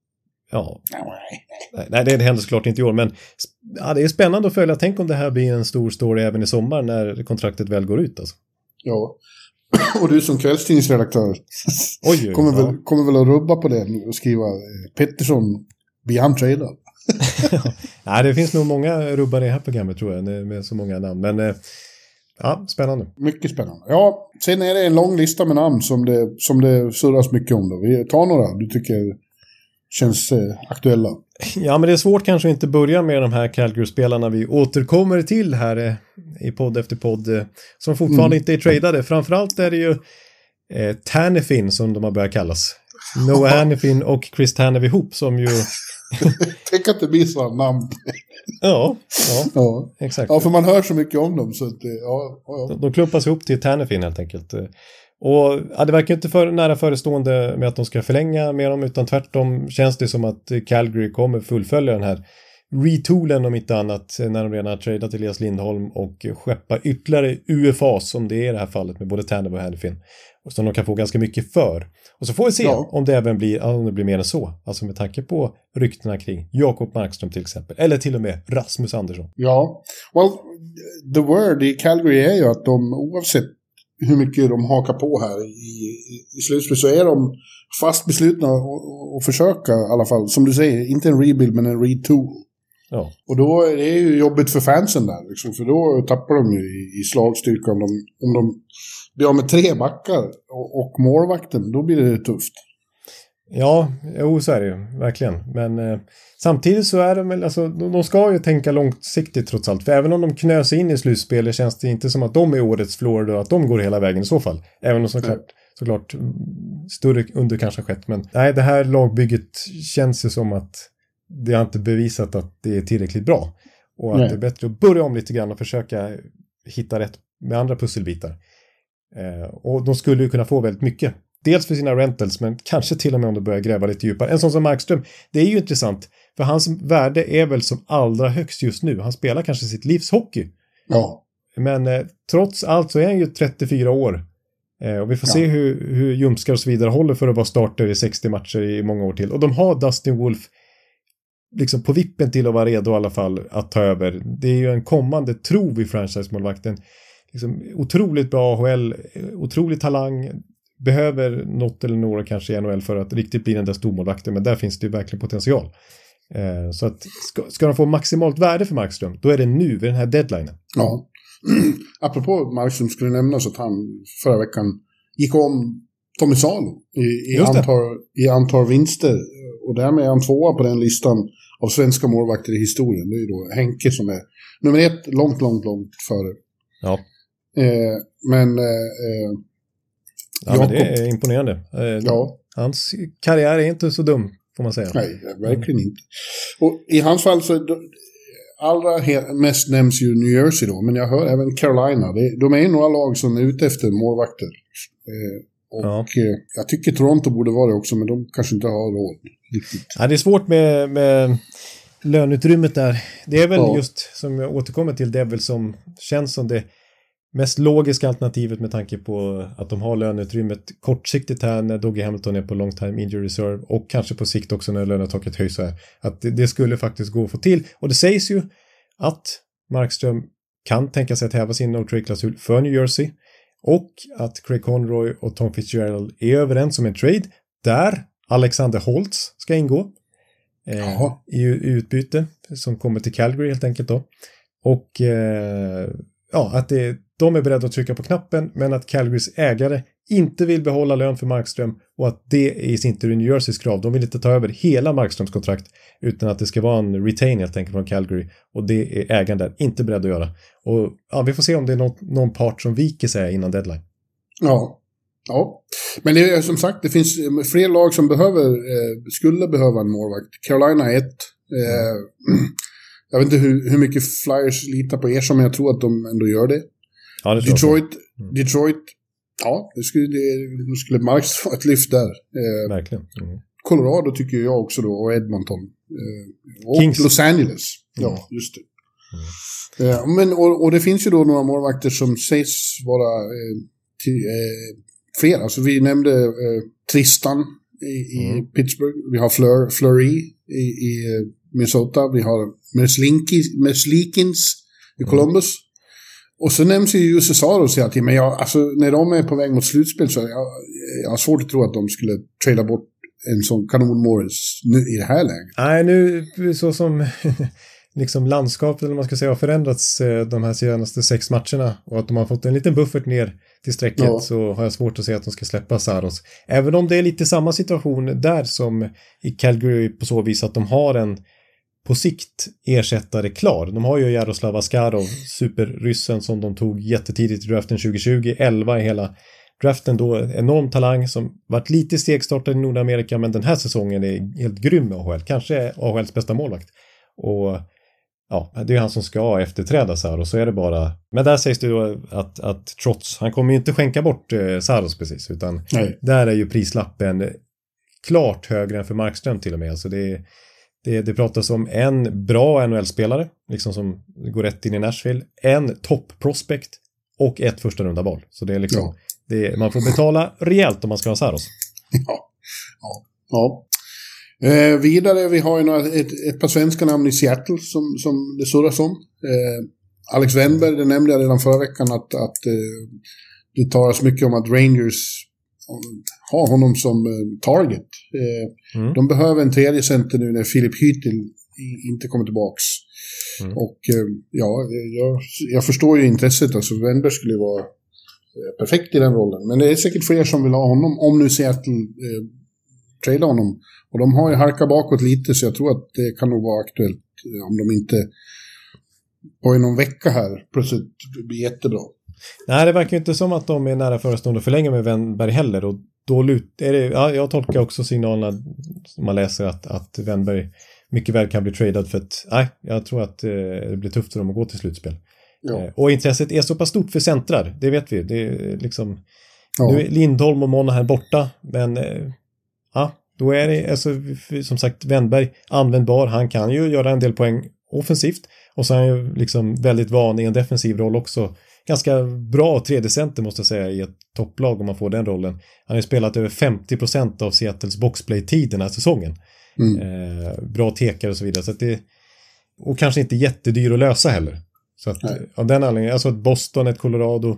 D: Nej, det händer såklart inte i år, men det är spännande att följa. Tänk om det här blir en stor story även i sommar när kontraktet väl går ut. Alltså.
E: Ja, och du som kvällstidningsredaktör kommer väl att rubba på det nu och skriva Pettersson blir han tradad.
D: Nej, det finns nog många rubbar i det här programmet, tror jag, med så många namn. Men spännande.
E: Mycket spännande. Ja, sen är det en lång lista med namn som det surras mycket om. Då. Vi tar några, du tycker... känns aktuella.
D: Ja, men det är svårt kanske att inte börja med de här Calgary-spelarna vi återkommer till här i podd efter podd som fortfarande inte är tradade. Framförallt är det ju Tannefin som de har börjat kallas. Noah Hanifin och Chris Tanev ihop som ju...
E: Tänk att det blir sådana namn.
D: Ja, exakt.
E: Ja, för man hör så mycket om dem. Så att,
D: De klumpas ihop till Tannefin helt enkelt. Och det verkar inte för nära förestående med att de ska förlänga med dem, utan tvärtom känns det som att Calgary kommer fullfölja den här retoolen om inte annat när de redan har tradat Elias Lindholm och skeppa ytterligare UFA som det är i det här fallet med både Tanev och Hanifin. Som de kan få ganska mycket för. Och så får vi se om det även blir mer än så. Alltså med tanke på ryktena kring Jakob Markström till exempel. Eller till och med Rasmus Andersson.
E: Ja, well, the word i Calgary är ju att de oavsett hur mycket de hakar på här i slutspel så är de fast beslutna att försöka i alla fall. Som du säger, inte en rebuild men en retool.
D: Ja.
E: Och då är det ju jobbigt för fansen där. Liksom, för då tappar de ju i slagstyrka om de blir med 3 backar och målvakten, då blir det tufft.
D: Ja, så är det ju, verkligen. Men samtidigt så är de väl, alltså, de ska ju tänka långsiktigt trots allt. För även om de knös in i slutspelet känns det inte som att de är årets Florida och att de går hela vägen i så fall. Även om såklart större under kanske skett. Men nej, det här lagbygget känns ju som att det har inte bevisat att det är tillräckligt bra. Och att det är bättre att börja om lite grann och försöka hitta rätt med andra pusselbitar. Och de skulle ju kunna få väldigt mycket. Dels för sina rentals, men kanske till och med om de börjar gräva lite djupare. En sån som Markström, det är ju intressant. För hans värde är väl som allra högst just nu. Han spelar kanske sitt livs hockey.
E: Ja.
D: Men trots allt så är han ju 34 år. Och vi får se hur Ljumskar och så vidare håller för att vara starter i 60 matcher i många år till. Och de har Dustin Wolf liksom på vippen till att vara redo i alla fall att ta över. Det är ju en kommande tro vid franchise-målvakten. Liksom, otroligt bra AHL, otrolig talang, behöver något eller några kanske i NHL för att riktigt bli den där stormålvakten, men där finns det ju verkligen potential. Så att ska de få maximalt värde för Markström, då är det nu vid den här deadlinen.
E: Ja. Apropå Markström skulle nämnas att han förra veckan gick om Tommy Salo i antal vinster, och därmed är han 2 på den listan av svenska målvakter i historien. Det är ju då Henke som är nummer 1 långt före.
D: Ja.
E: Men
D: men det är imponerande. Hans karriär är inte så dum, får man säga.
E: Nej, verkligen inte. Och i hans fall så allra mest nämns ju New Jersey då, men jag hör även Carolina. De är ju några lag som är ute efter målvakter. Jag tycker Toronto borde vara det också, men de kanske inte har råd riktigt. Ja, det
D: är svårt med löneutrymmet där. Det är väl just, som jag återkommer till, det är väl som känns som det mest logiska alternativet med tanke på att de har löneutrymmet kortsiktigt här när Dougie Hamilton är på long time injury reserve, och kanske på sikt också när lönetaket höjs så här. Att det skulle faktiskt gå att få till. Och det sägs ju att Markström kan tänka sig att häva sin no-trade-klausul för New Jersey, och att Craig Conroy och Tom Fitzgerald är överens om en trade där Alexander Holtz ska ingå i utbyte som kommer till Calgary helt enkelt då. Och att de är beredda att trycka på knappen, men att Calgarys ägare inte vill behålla lön för Markström, och att det är i sin tur New Jerseys krav. De vill inte ta över hela Markströms kontrakt, utan att det ska vara en retain helt enkelt från Calgary, och det är ägaren där inte beredd att göra. Och vi får se om det är någon part som viker sig innan deadline.
E: Ja. Men det är som sagt, det finns fler lag som skulle behöva en målvakt. Carolina är ett. Jag vet inte hur mycket Flyers litar på som, jag tror att de ändå gör det.
D: Ja, det
E: Detroit, det skulle Marks få ett lyft där.
D: Verkligen.
E: Colorado tycker jag också då, och Edmonton. Och Kings. Los Angeles. Ja, just det. Men, och det finns ju då några målvakter som sägs vara fler. Alltså vi nämnde Tristan i Pittsburgh. Vi har Fleury i Minnesota. Vi har Merzlikins i Columbus. Och så nämns ju Jussi Saros hela tiden. Men när de är på väg mot slutspel så jag har svårt att tro att de skulle trada bort en sån kanonmålis nu i det här läget.
D: Nej, nu så som liksom landskapet, eller man ska säga, har förändrats de här senaste 6 matcherna och att de har fått en liten buffert ner till strecket, så har jag svårt att säga att de ska släppa Saros. Även om det är lite samma situation där som i Calgary på så vis att de har en på sikt ersättare klar. De har ju Jaroslav Askarov, superryssen som de tog jättetidigt i draften 2020, 11 i hela draften då, enorm talang som varit lite stegstartad i Nordamerika, men den här säsongen är helt grym med AHL, kanske AHLs bästa målvakt. Och ja, det är han som ska efterträda Saros, så är det bara. Men där sägs det då att trots, han kommer ju inte skänka bort Saros precis, utan där är ju prislappen klart högre än för Markström till och med. Så det pratas om en bra NHL-spelare, liksom som går rätt in i Nashville, en topp-prospect och ett första runda val. Så det är liksom, man får betala rejält om man ska ha Saros.
E: Ja. Vidare, vi har ju ett par svenska namn i Seattle som det surras om. Alex Wennberg, det nämnde jag redan förra veckan att det talas mycket om att Rangers har honom som target. De behöver en tredje center nu när Philip Hytil inte kommer tillbaks. Och jag förstår ju intresset. Alltså Wennberg skulle ju vara perfekt i den rollen. Men det är säkert fler som vill ha honom om nu Seattle trada honom. Och de har ju harkat bakåt lite, så jag tror att det kan nog vara aktuellt om de inte på någon vecka här plötsligt blir jättebra.
D: Nej, det verkar ju inte som att de är nära förestående för länge med Wennberg heller. Och då är det, jag tolkar också signalerna som man läser att Wennberg mycket väl kan bli tradad för att jag tror att det blir tufft för dem att gå till slutspel. Ja. Och intresset är så pass stort för centrar, det vet vi. Det är liksom, nu är Lindholm och Monahan borta, men då är det, alltså, som sagt, Wennberg användbar. Han kan ju göra en del poäng offensivt, och så är han ju liksom väldigt van i en defensiv roll också. Ganska bra 3D-center måste jag säga i ett topplag om man får den rollen. Han har ju spelat över 50% av Seattles boxplay-tid den här säsongen. Bra tekare och så vidare. Så att och kanske inte jättedyr att lösa heller. Så att av den anledningen, alltså ett Boston, ett Colorado.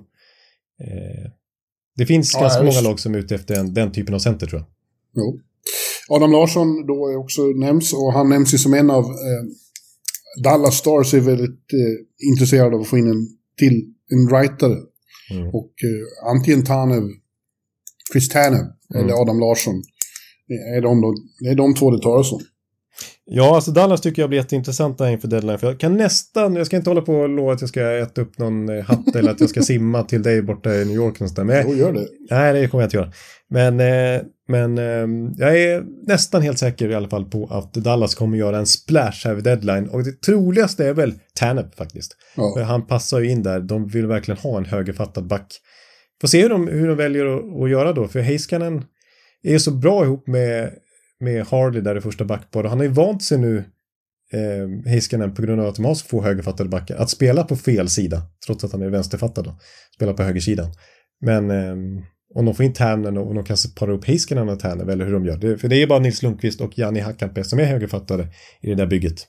D: Det finns ganska många lag som är ute efter den typen av center, tror jag.
E: Jo. Adam Larsson då är också nämns, och han nämns ju som en av Dallas Stars är väldigt intresserad av att få in en writer. Och antingen Chris Tanev eller Adam Larsson är de två det talas om.
D: Ja, alltså Dallas tycker jag blir jätteintressant inför deadline. För jag ska inte hålla på och lova att jag ska äta upp någon hatt eller att jag ska simma till dig borta i New York någonstans. Men
E: gör det.
D: Nej, det kommer jag inte göra. Men jag är nästan helt säker i alla fall på att Dallas kommer göra en splash här vid deadline. Och det troligaste är väl Tanev faktiskt. Ja. För han passar ju in där. De vill verkligen ha en högerfattad back. Får se hur de väljer att göra då. För Heiskanen är så bra ihop med Harley där i första backpar. Han har ju vant sig nu, Heiskanen, på grund av att de har så få högerfattade backar, att spela på fel sida, trots att han är vänsterfattad då. Spela på högersidan. Men om de får in Tanev och de kan para upp Heiskanen och Tanev, eller hur de gör. För det är bara Nils Lundqvist och Jani Hakanpää som är högerfattade i det där bygget.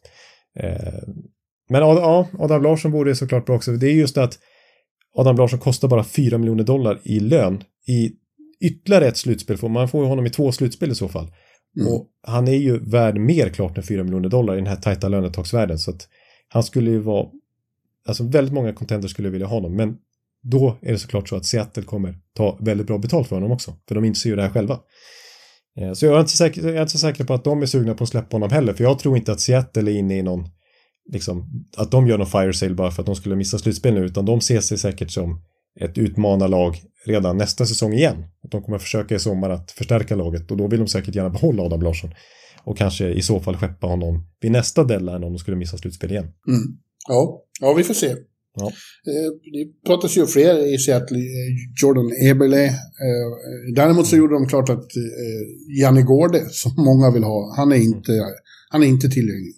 D: Men Adam Larsson borde såklart bra också. Det är just att Adam Larsson kostar bara $4 miljoner i lön i ytterligare ett slutspel. Man får honom i 2 slutspel i så fall. Och han är ju värd mer klart än $4 miljoner i den här tajta lönetagsvärlden. Så att han skulle ju vara, alltså väldigt många contenders skulle vilja ha honom. Men då är det såklart så att Seattle kommer ta väldigt bra betalt för honom också. För de inser ju det här själva. Så jag är inte så säker på att de är sugna på att släppa honom heller. För jag tror inte att Seattle är inne i någon, liksom, att de gör någon fire sale bara för att de skulle missa slutspel nu. Utan de ser sig säkert som ett utmanarlag redan nästa säsong igen. Att de kommer försöka i sommar att förstärka laget, och då vill de säkert gärna behålla Adam Larsson och kanske i så fall skeppa honom vid nästa deadline om de skulle missa slutspel igen.
E: Ja, vi får se.
D: Ja.
E: Det pratas ju fler i Seattle, Jordan Eberle. Däremot så gjorde de klart att Janne Gårde, som många vill ha, han är inte tillgänglig.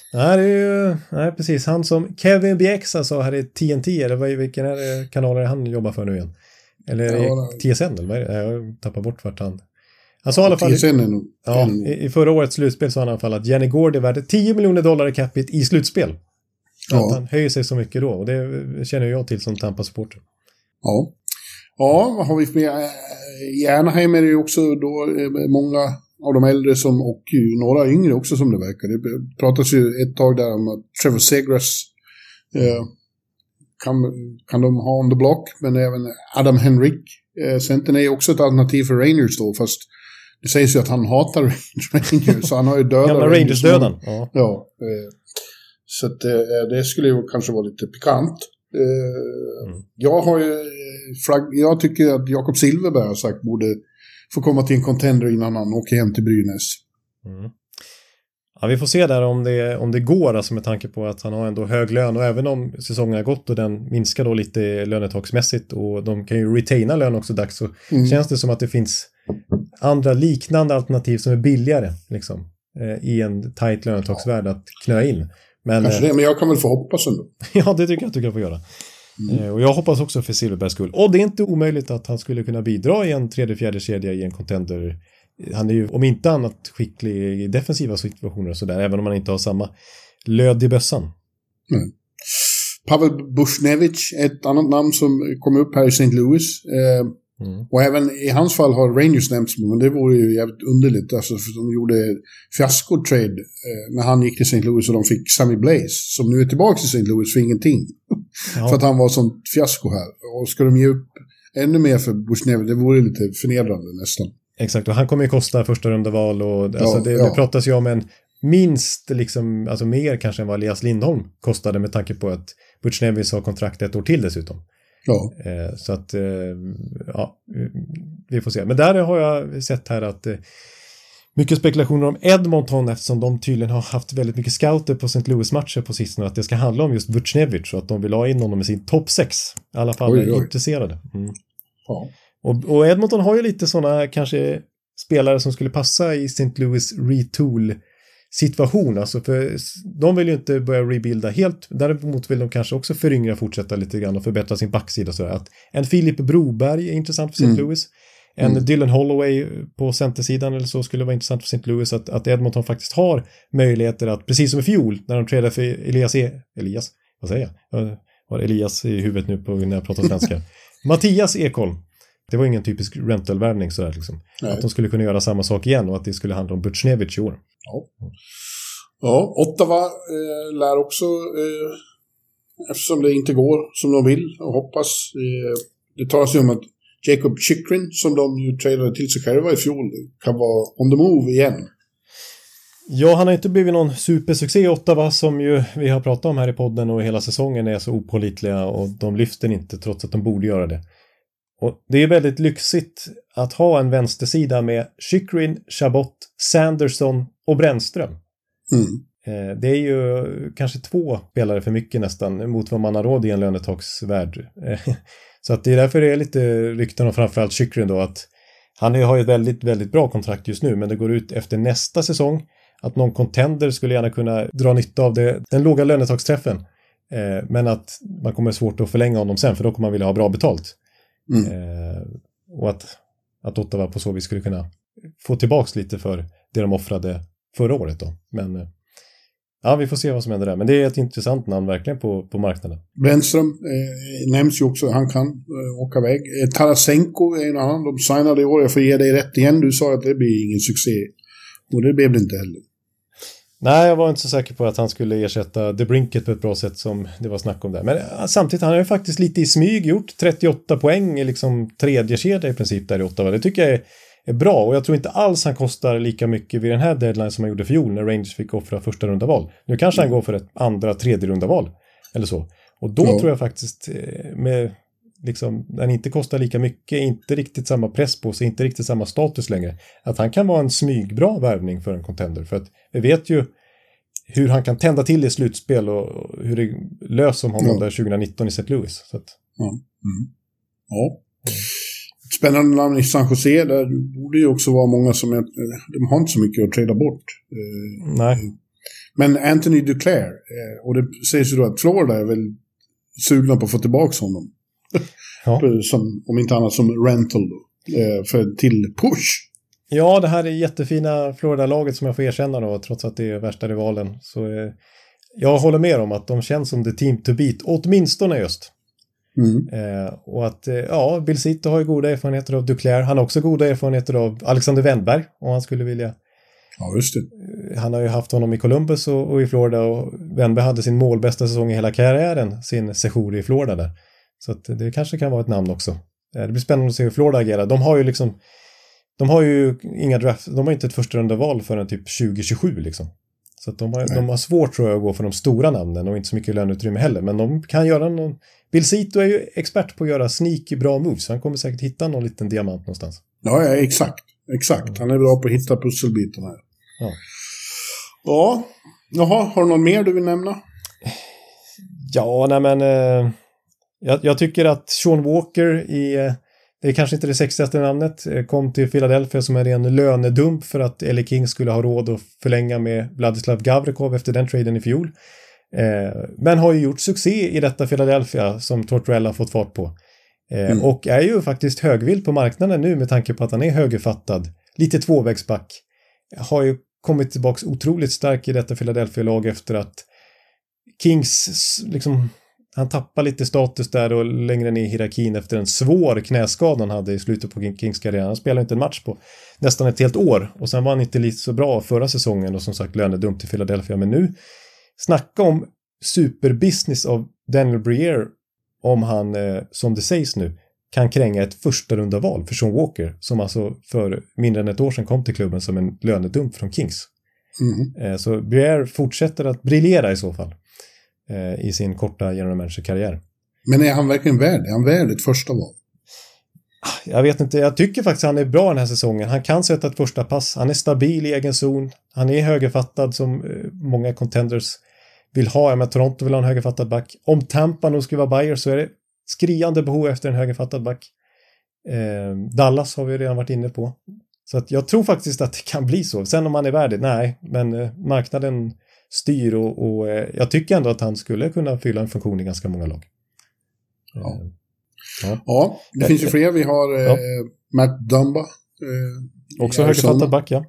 D: Nej, precis. Han som Kevin Bieksa sa här i TNT, eller vilken kanal är han jobbar för nu igen? Eller TSN, eller vad är det? Jag tappar bort vart han sa i alla fall.
E: TSN är nog.
D: I förra årets slutspel sa han i alla fall att Janne Gård är värd $10 miljoner i capita i slutspel. Ja. Att han höjer sig så mycket då, och det känner jag till som Tampa-supporter.
E: Ja, vad har vi med? I Anaheim är det ju också då många av de äldre och några yngre också som det verkar. Det pratas ju ett tag där om att Trevor Segras kan de ha on the block, men även Adam Henrik. Centern är också ett alternativ för Rangers då, fast det sägs ju att han hatar Rangers, så han har ju dödat
D: gamla Rangers-döden.
E: Ja. Så att, det skulle ju kanske vara lite pikant. Jag tycker att Jakob Silfverberg har sagt borde få komma till en contender innan han åker hem till Brynäs.
D: Ja, vi får se där om det går, alltså med tanke på att han har ändå hög lön, och även om säsongen har gått och den minskar då lite lönetagsmässigt och de kan ju retaina lön också dags, så känns det som att det finns andra liknande alternativ som är billigare liksom, i en tajt lönetagsvärld att knö in. Men,
E: kanske det, men jag kan väl få hoppas ändå.
D: Ja, det tycker jag att du kan få göra. Och jag hoppas också för Silfverbergs skull. Och det är inte omöjligt att han skulle kunna bidra i en 3-4 kedja i en contender. Han är ju om inte annat skicklig i defensiva situationer och sådär, även om han inte har samma löd i bössan.
E: Pavel Buchnevich, ett annat namn som kom upp här i St. Louis. Och även i hans fall har Rangers nämnts, men det vore ju jävligt underligt. Alltså, för de gjorde fiasko-trade när han gick till St. Louis och de fick Sammy Blaze, som nu är tillbaka till St. Louis för ingenting. Ja. För att han var sånt fiasko här. Och ska de ge upp ännu mer för Buchnevich, det vore lite förnedrande nästan. Exakt,
D: och han kommer ju kosta första rundaval och alltså det pratas ju om en minst liksom, alltså mer kanske än vad Elias Lindholm kostade, med tanke på att Buchnevich har kontrakt ett år till dessutom.
E: Ja.
D: Så att vi får se. Men där har jag sett här att mycket spekulationer om Edmonton, eftersom de tydligen har haft väldigt mycket scouter på St. Louis-matcher på sistone, att det ska handla om just Buchnevich, så att de vill ha in honom i sin topp 6. I alla fall är intresserade.
E: Ja.
D: Och Edmonton har ju lite sådana kanske spelare som skulle passa i St. Louis retool-situation. Alltså, för de vill ju inte börja rebuilda helt. Däremot vill de kanske också föryngra, fortsätta lite grann och förbättra sin backsida. Så att en Filip Broberg är intressant för St. Louis. En Dylan Holloway på centersidan eller så skulle vara intressant för St. Louis. Att Edmonton faktiskt har möjligheter att, precis som i fjol när de tradade för Elias, vad säger jag? Har Elias i huvudet nu när jag pratar svenska. Mattias Ekholm. Det var ingen typisk rental-värvning sådär liksom. Att de skulle kunna göra samma sak igen och att det skulle handla om Buchnevich i år.
E: Ja, Ottawa lär också, eftersom det inte går som de vill och hoppas. Det talas ju om att Jacob Chychrun, som de ju tradade till sig själva i fjol, kan vara on the move igen.
D: Ja, han har inte blivit någon supersuccé i Ottawa, som ju vi har pratat om här i podden, och hela säsongen är så opålitliga och de lyfter inte trots att de borde göra det. Och det är väldigt lyxigt att ha en vänstersida med Chychrun, Chabot, Sanderson och Brännström. Det är ju kanske 2 spelare för mycket nästan mot vad man har råd i en lönetagsvärld. Så att det är därför det är lite rykten om framförallt Chychrun då, att han har ju ett väldigt, väldigt bra kontrakt just nu, men det går ut efter nästa säsong att någon contender skulle gärna kunna dra nytta av den låga lönetagsträffen, men att man kommer svårt att förlänga honom sen, för då kommer man vilja ha bra betalt. Och att Ottawa på så vis skulle kunna få tillbaks lite för det de offrade förra året då. Men ja, vi får se vad som händer där. Men det är ett intressant namn verkligen på marknaden.
E: Brännström nämns ju också, han kan åka iväg. Tarasenko är en annan, de signade i år. Jag får ge dig rätt igen, du sa att det blir ingen succé. Och det blev det inte heller.
D: Nej, jag var inte så säker på att han skulle ersätta DeBrincat på ett bra sätt som det var snack om där. Men samtidigt, han har ju faktiskt lite i smyg gjort 38 poäng i liksom tredje kedja i princip där i Ottawa. Det tycker jag är bra, och jag tror inte alls han kostar lika mycket vid den här deadline som han gjorde för fjol när Rangers fick offra första rundaval. Nu kanske han går för ett andra, tredje rundaval eller så. Och då tror jag faktiskt med liksom, den inte kostar lika mycket, inte riktigt samma press på sig, inte riktigt samma status längre, att han kan vara en smygbra värvning för en contender. För att vi vet ju hur han kan tända till i slutspel och hur det lös om honom där 2019 i St. Louis. Så att...
E: Spännande namn i San Jose, där borde ju också vara många som de har inte så mycket att trada bort.
D: Nej.
E: Men Anthony Duclair, och det sägs ju då att Florida är väl sugna på att få tillbaka honom. Som, om inte annat som rental då, för till push.
D: Ja, det här är jättefina Florida-laget som jag får erkänna då, trots att det är värsta rivalen. Så jag håller med om att de känns som the team to beat, åtminstone just. Och att, Bill Zito har ju goda erfarenheter av Duclair. Han har också goda erfarenheter av Alexander Wennberg, om han skulle vilja.
E: Ja, just det.
D: Han har ju haft honom i Columbus och i Florida, och Wennberg hade sin målbästa säsong i hela karriären, sin sejour i Florida där. Så att det kanske kan vara ett namn också. Det blir spännande att se hur Florida agerar. De har ju inga draft, de har inte ett första runda val förrän typ 2027 liksom. Så att de har svårt, tror jag, att gå för de stora namnen och inte så mycket löneutrymme heller. Men de kan göra någon... Bill Zito är ju expert på att göra sneaky bra moves. Han kommer säkert hitta någon liten diamant någonstans.
E: Ja, exakt. Han är bra på att hitta pusselbitarna här. Ja. Jaha, har du någon mer du vill nämna?
D: Ja, nej men... Jag tycker att Sean Walker det är kanske inte det sexigaste namnet, kom till Philadelphia som är en lönedump för att LA Kings skulle ha råd att förlänga med Vladislav Gavrikov efter den traden i fjol. Men har ju gjort succé i detta Philadelphia som Tortorella har fått fart på. Och är ju faktiskt högvild på marknaden nu med tanke på att han är högerfattad. Lite tvåvägsback. Har ju kommit tillbaka otroligt stark i detta Philadelphia-lag efter att Kings liksom... Han tappar lite status där och längre ner i hierarkin efter en svår knäskada han hade i slutet på Kings karriär. Han spelade inte en match på nästan ett helt år. Och sen var han inte lite så bra förra säsongen och som sagt lönedumt till Philadelphia. Men nu, snacka om superbusiness av Daniel Briere om han, som det sägs nu, kan kränga ett första runda val för Sean Walker som alltså för mindre än ett år sedan kom till klubben som en lönedump från Kings. Så Briere fortsätter att briljera i så fall. I sin korta general manager-karriär.
E: Men är han verkligen värd? Är han värd ett första val?
D: Jag vet inte. Jag tycker faktiskt att han är bra den här säsongen. Han kan sätta ett första pass. Han är stabil i egen zon. Han är högerfattad som många contenders vill ha. Men Toronto vill ha en högerfattad back. Om Tampa nog skulle vara buyer så är det skriande behov efter en högerfattad back. Dallas har vi redan varit inne på. Så att jag tror faktiskt att det kan bli så. Sen om han är värd, nej. Men marknaden styr och jag tycker ändå att han skulle kunna fylla en funktion i ganska många lag.
E: Ja, det finns ju fler. Vi har Matt Dumba.
D: Också högerfattad back, ja.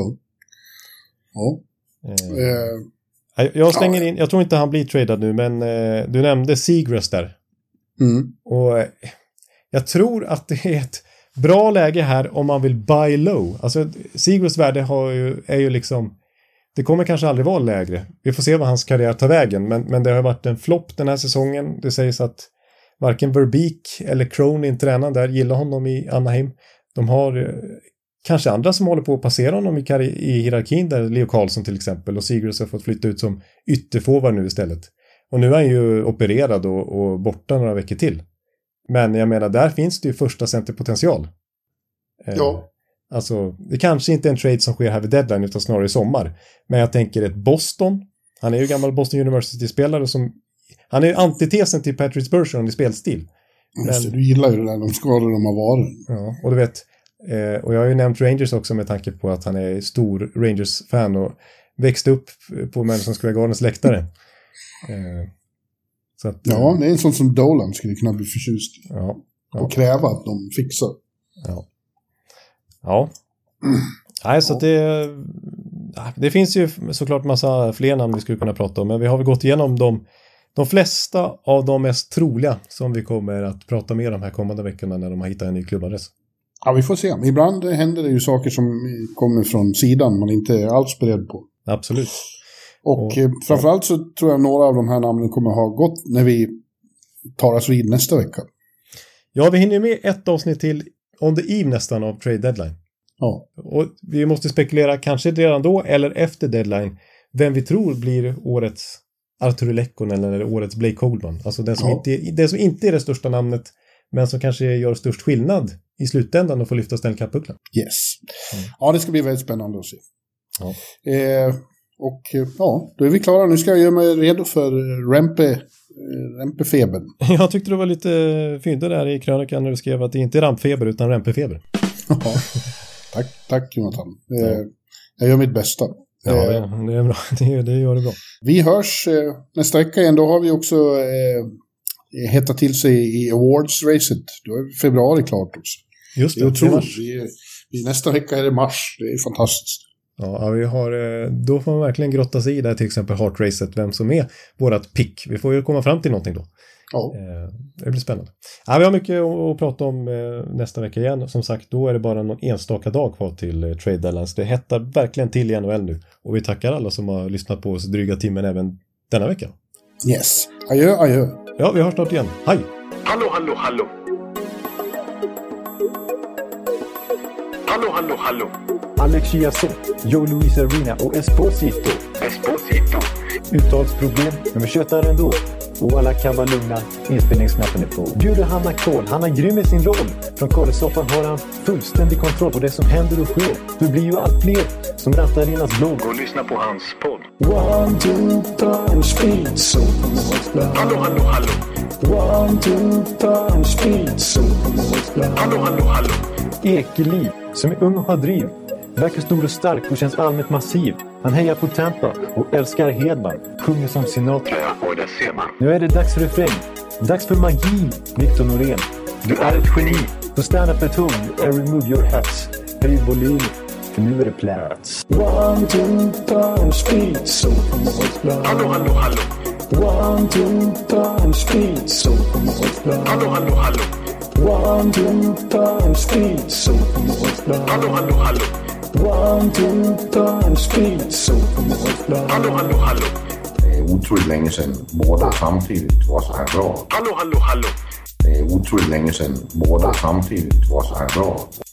D: Jag slänger in, jag tror inte han blir tradad nu, men du nämnde Seagrass där. Och jag tror att det är ett bra läge här om man vill buy low. Alltså Seagrass värde är ju liksom, det kommer kanske aldrig vara lägre. Vi får se vad hans karriär tar vägen. Men det har varit en flopp den här säsongen. Det sägs att varken Verbeek eller Cronin, tränaren där, gillar honom i Anaheim. De har kanske andra som håller på att passera honom i hierarkin där, Leo Carlsson till exempel. Och Seagrass har fått flytta ut som ytterforward nu istället. Och nu är han ju opererad och borta några veckor till. Men jag menar, där finns det ju första centerpotential.
E: Ja.
D: Alltså, det kanske inte är en trade som sker här vid deadline utan snarare i sommar. Men jag tänker ett Boston. Han är ju gammal Boston University-spelare som... Han är ju antitesen till Patrice Bergeron i spelstil.
E: Men, du gillar ju det där, de skador de har varit.
D: Ja, och du vet... och jag har ju nämnt Rangers också med tanke på att han är stor Rangers-fan och växte upp på Madison Square Gardens läktare. Så att,
E: ja, det är en sån som Dolan skulle kunna bli förtjust.
D: Ja.
E: Och kräva att de fixar.
D: Ja. Nej, så att det finns ju såklart massa fler namn vi skulle kunna prata om, men vi har väl gått igenom de flesta av de mest troliga som vi kommer att prata med de här kommande veckorna när de har hittat en ny klubbadress.
E: Ja, vi får se. Ibland händer det ju saker som kommer från sidan man inte är alls beredd på.
D: Absolut.
E: Och framförallt så tror jag några av de här namnen kommer ha gått när vi tar oss vid nästa vecka.
D: Ja, vi hinner med ett avsnitt till on the eve nästan av trade deadline.
E: Ja.
D: Och vi måste spekulera kanske redan då eller efter deadline vem vi tror blir årets Arturi Lekkonen eller årets Blake Coleman. Alltså den som inte är det största namnet men som kanske gör störst skillnad i slutändan och får lyfta Stanley Cup-bucklan.
E: Yes. Ja, det ska bli väldigt spännande att se.
D: Ja.
E: Då är vi klara. Nu ska jag göra mig redo för Rempe-febern.
D: Jag tyckte det var lite fint där i krönikan när du skrev att det inte är rampfeber utan Rempe-feber.
E: Ja. Tack Jonathan. Jag gör mitt bästa.
D: Ja, det är bra. Det gör det bra.
E: Vi hörs nästa vecka igen. Då har vi också hettat till sig i awards-racet. Då är februari klart också.
D: Just det.
E: Nästa vecka är det mars. Det är fantastiskt.
D: Ja, vi har, då får man verkligen grotta sig i där till exempel Heart-racet, vem som är vårat pick. Vi får ju komma fram till någonting då.
E: Ja.
D: Det blir spännande. Ja, vi har mycket att prata om nästa vecka igen. Som sagt, då är det bara någon enstaka dag kvar till trade deadline. Det hettar verkligen till i NHL nu. Och vi tackar alla som har lyssnat på oss dryga timmen även denna vecka.
E: Yes. Adjö.
D: Ja, vi hörs snart igen. Hej!
F: Hallå. Alex Chiazot, Joe Luis Arena och Esposito. Uttalsproblem, men vi tjötar ändå. Och alla kan vara lugna, inspelningsknappen är på. Bjuder Hanna Kohl, han är grym i sin roll. Från Kållesoffan har han fullständig kontroll på det som händer och sker. Det blir ju allt fler som rattar in hans blogg. Och lyssna på hans podd. 1, 2, 3, speed, so. Hallå. 1, 2, 3, speed, so. Hallå. Ekeliv, som är ung och har driv. Verkar stor och stark och känns allmänt massiv. Han hejar på Tampa och älskar Hedman. Sjunger som Sinatra. Och det ser man. Nu är det dags för refräng. Dags för magi, Victor Norén. Du är ett geni. Så stand up at home and remove your hats. Höj volym, för nu är det plats. 1, 2, 3, speed, so. Hallå. 1, 2, 3, speed, so. Hallå. 1, 2, 3, speed, so. Hallå. 1, 2, 3, speed, so. Hallå.
G: Det är otroligt länge sedan båda samtidigt var så här bra.
F: Hallå.
G: Det är otroligt länge sedan båda samtidigt var så här bra.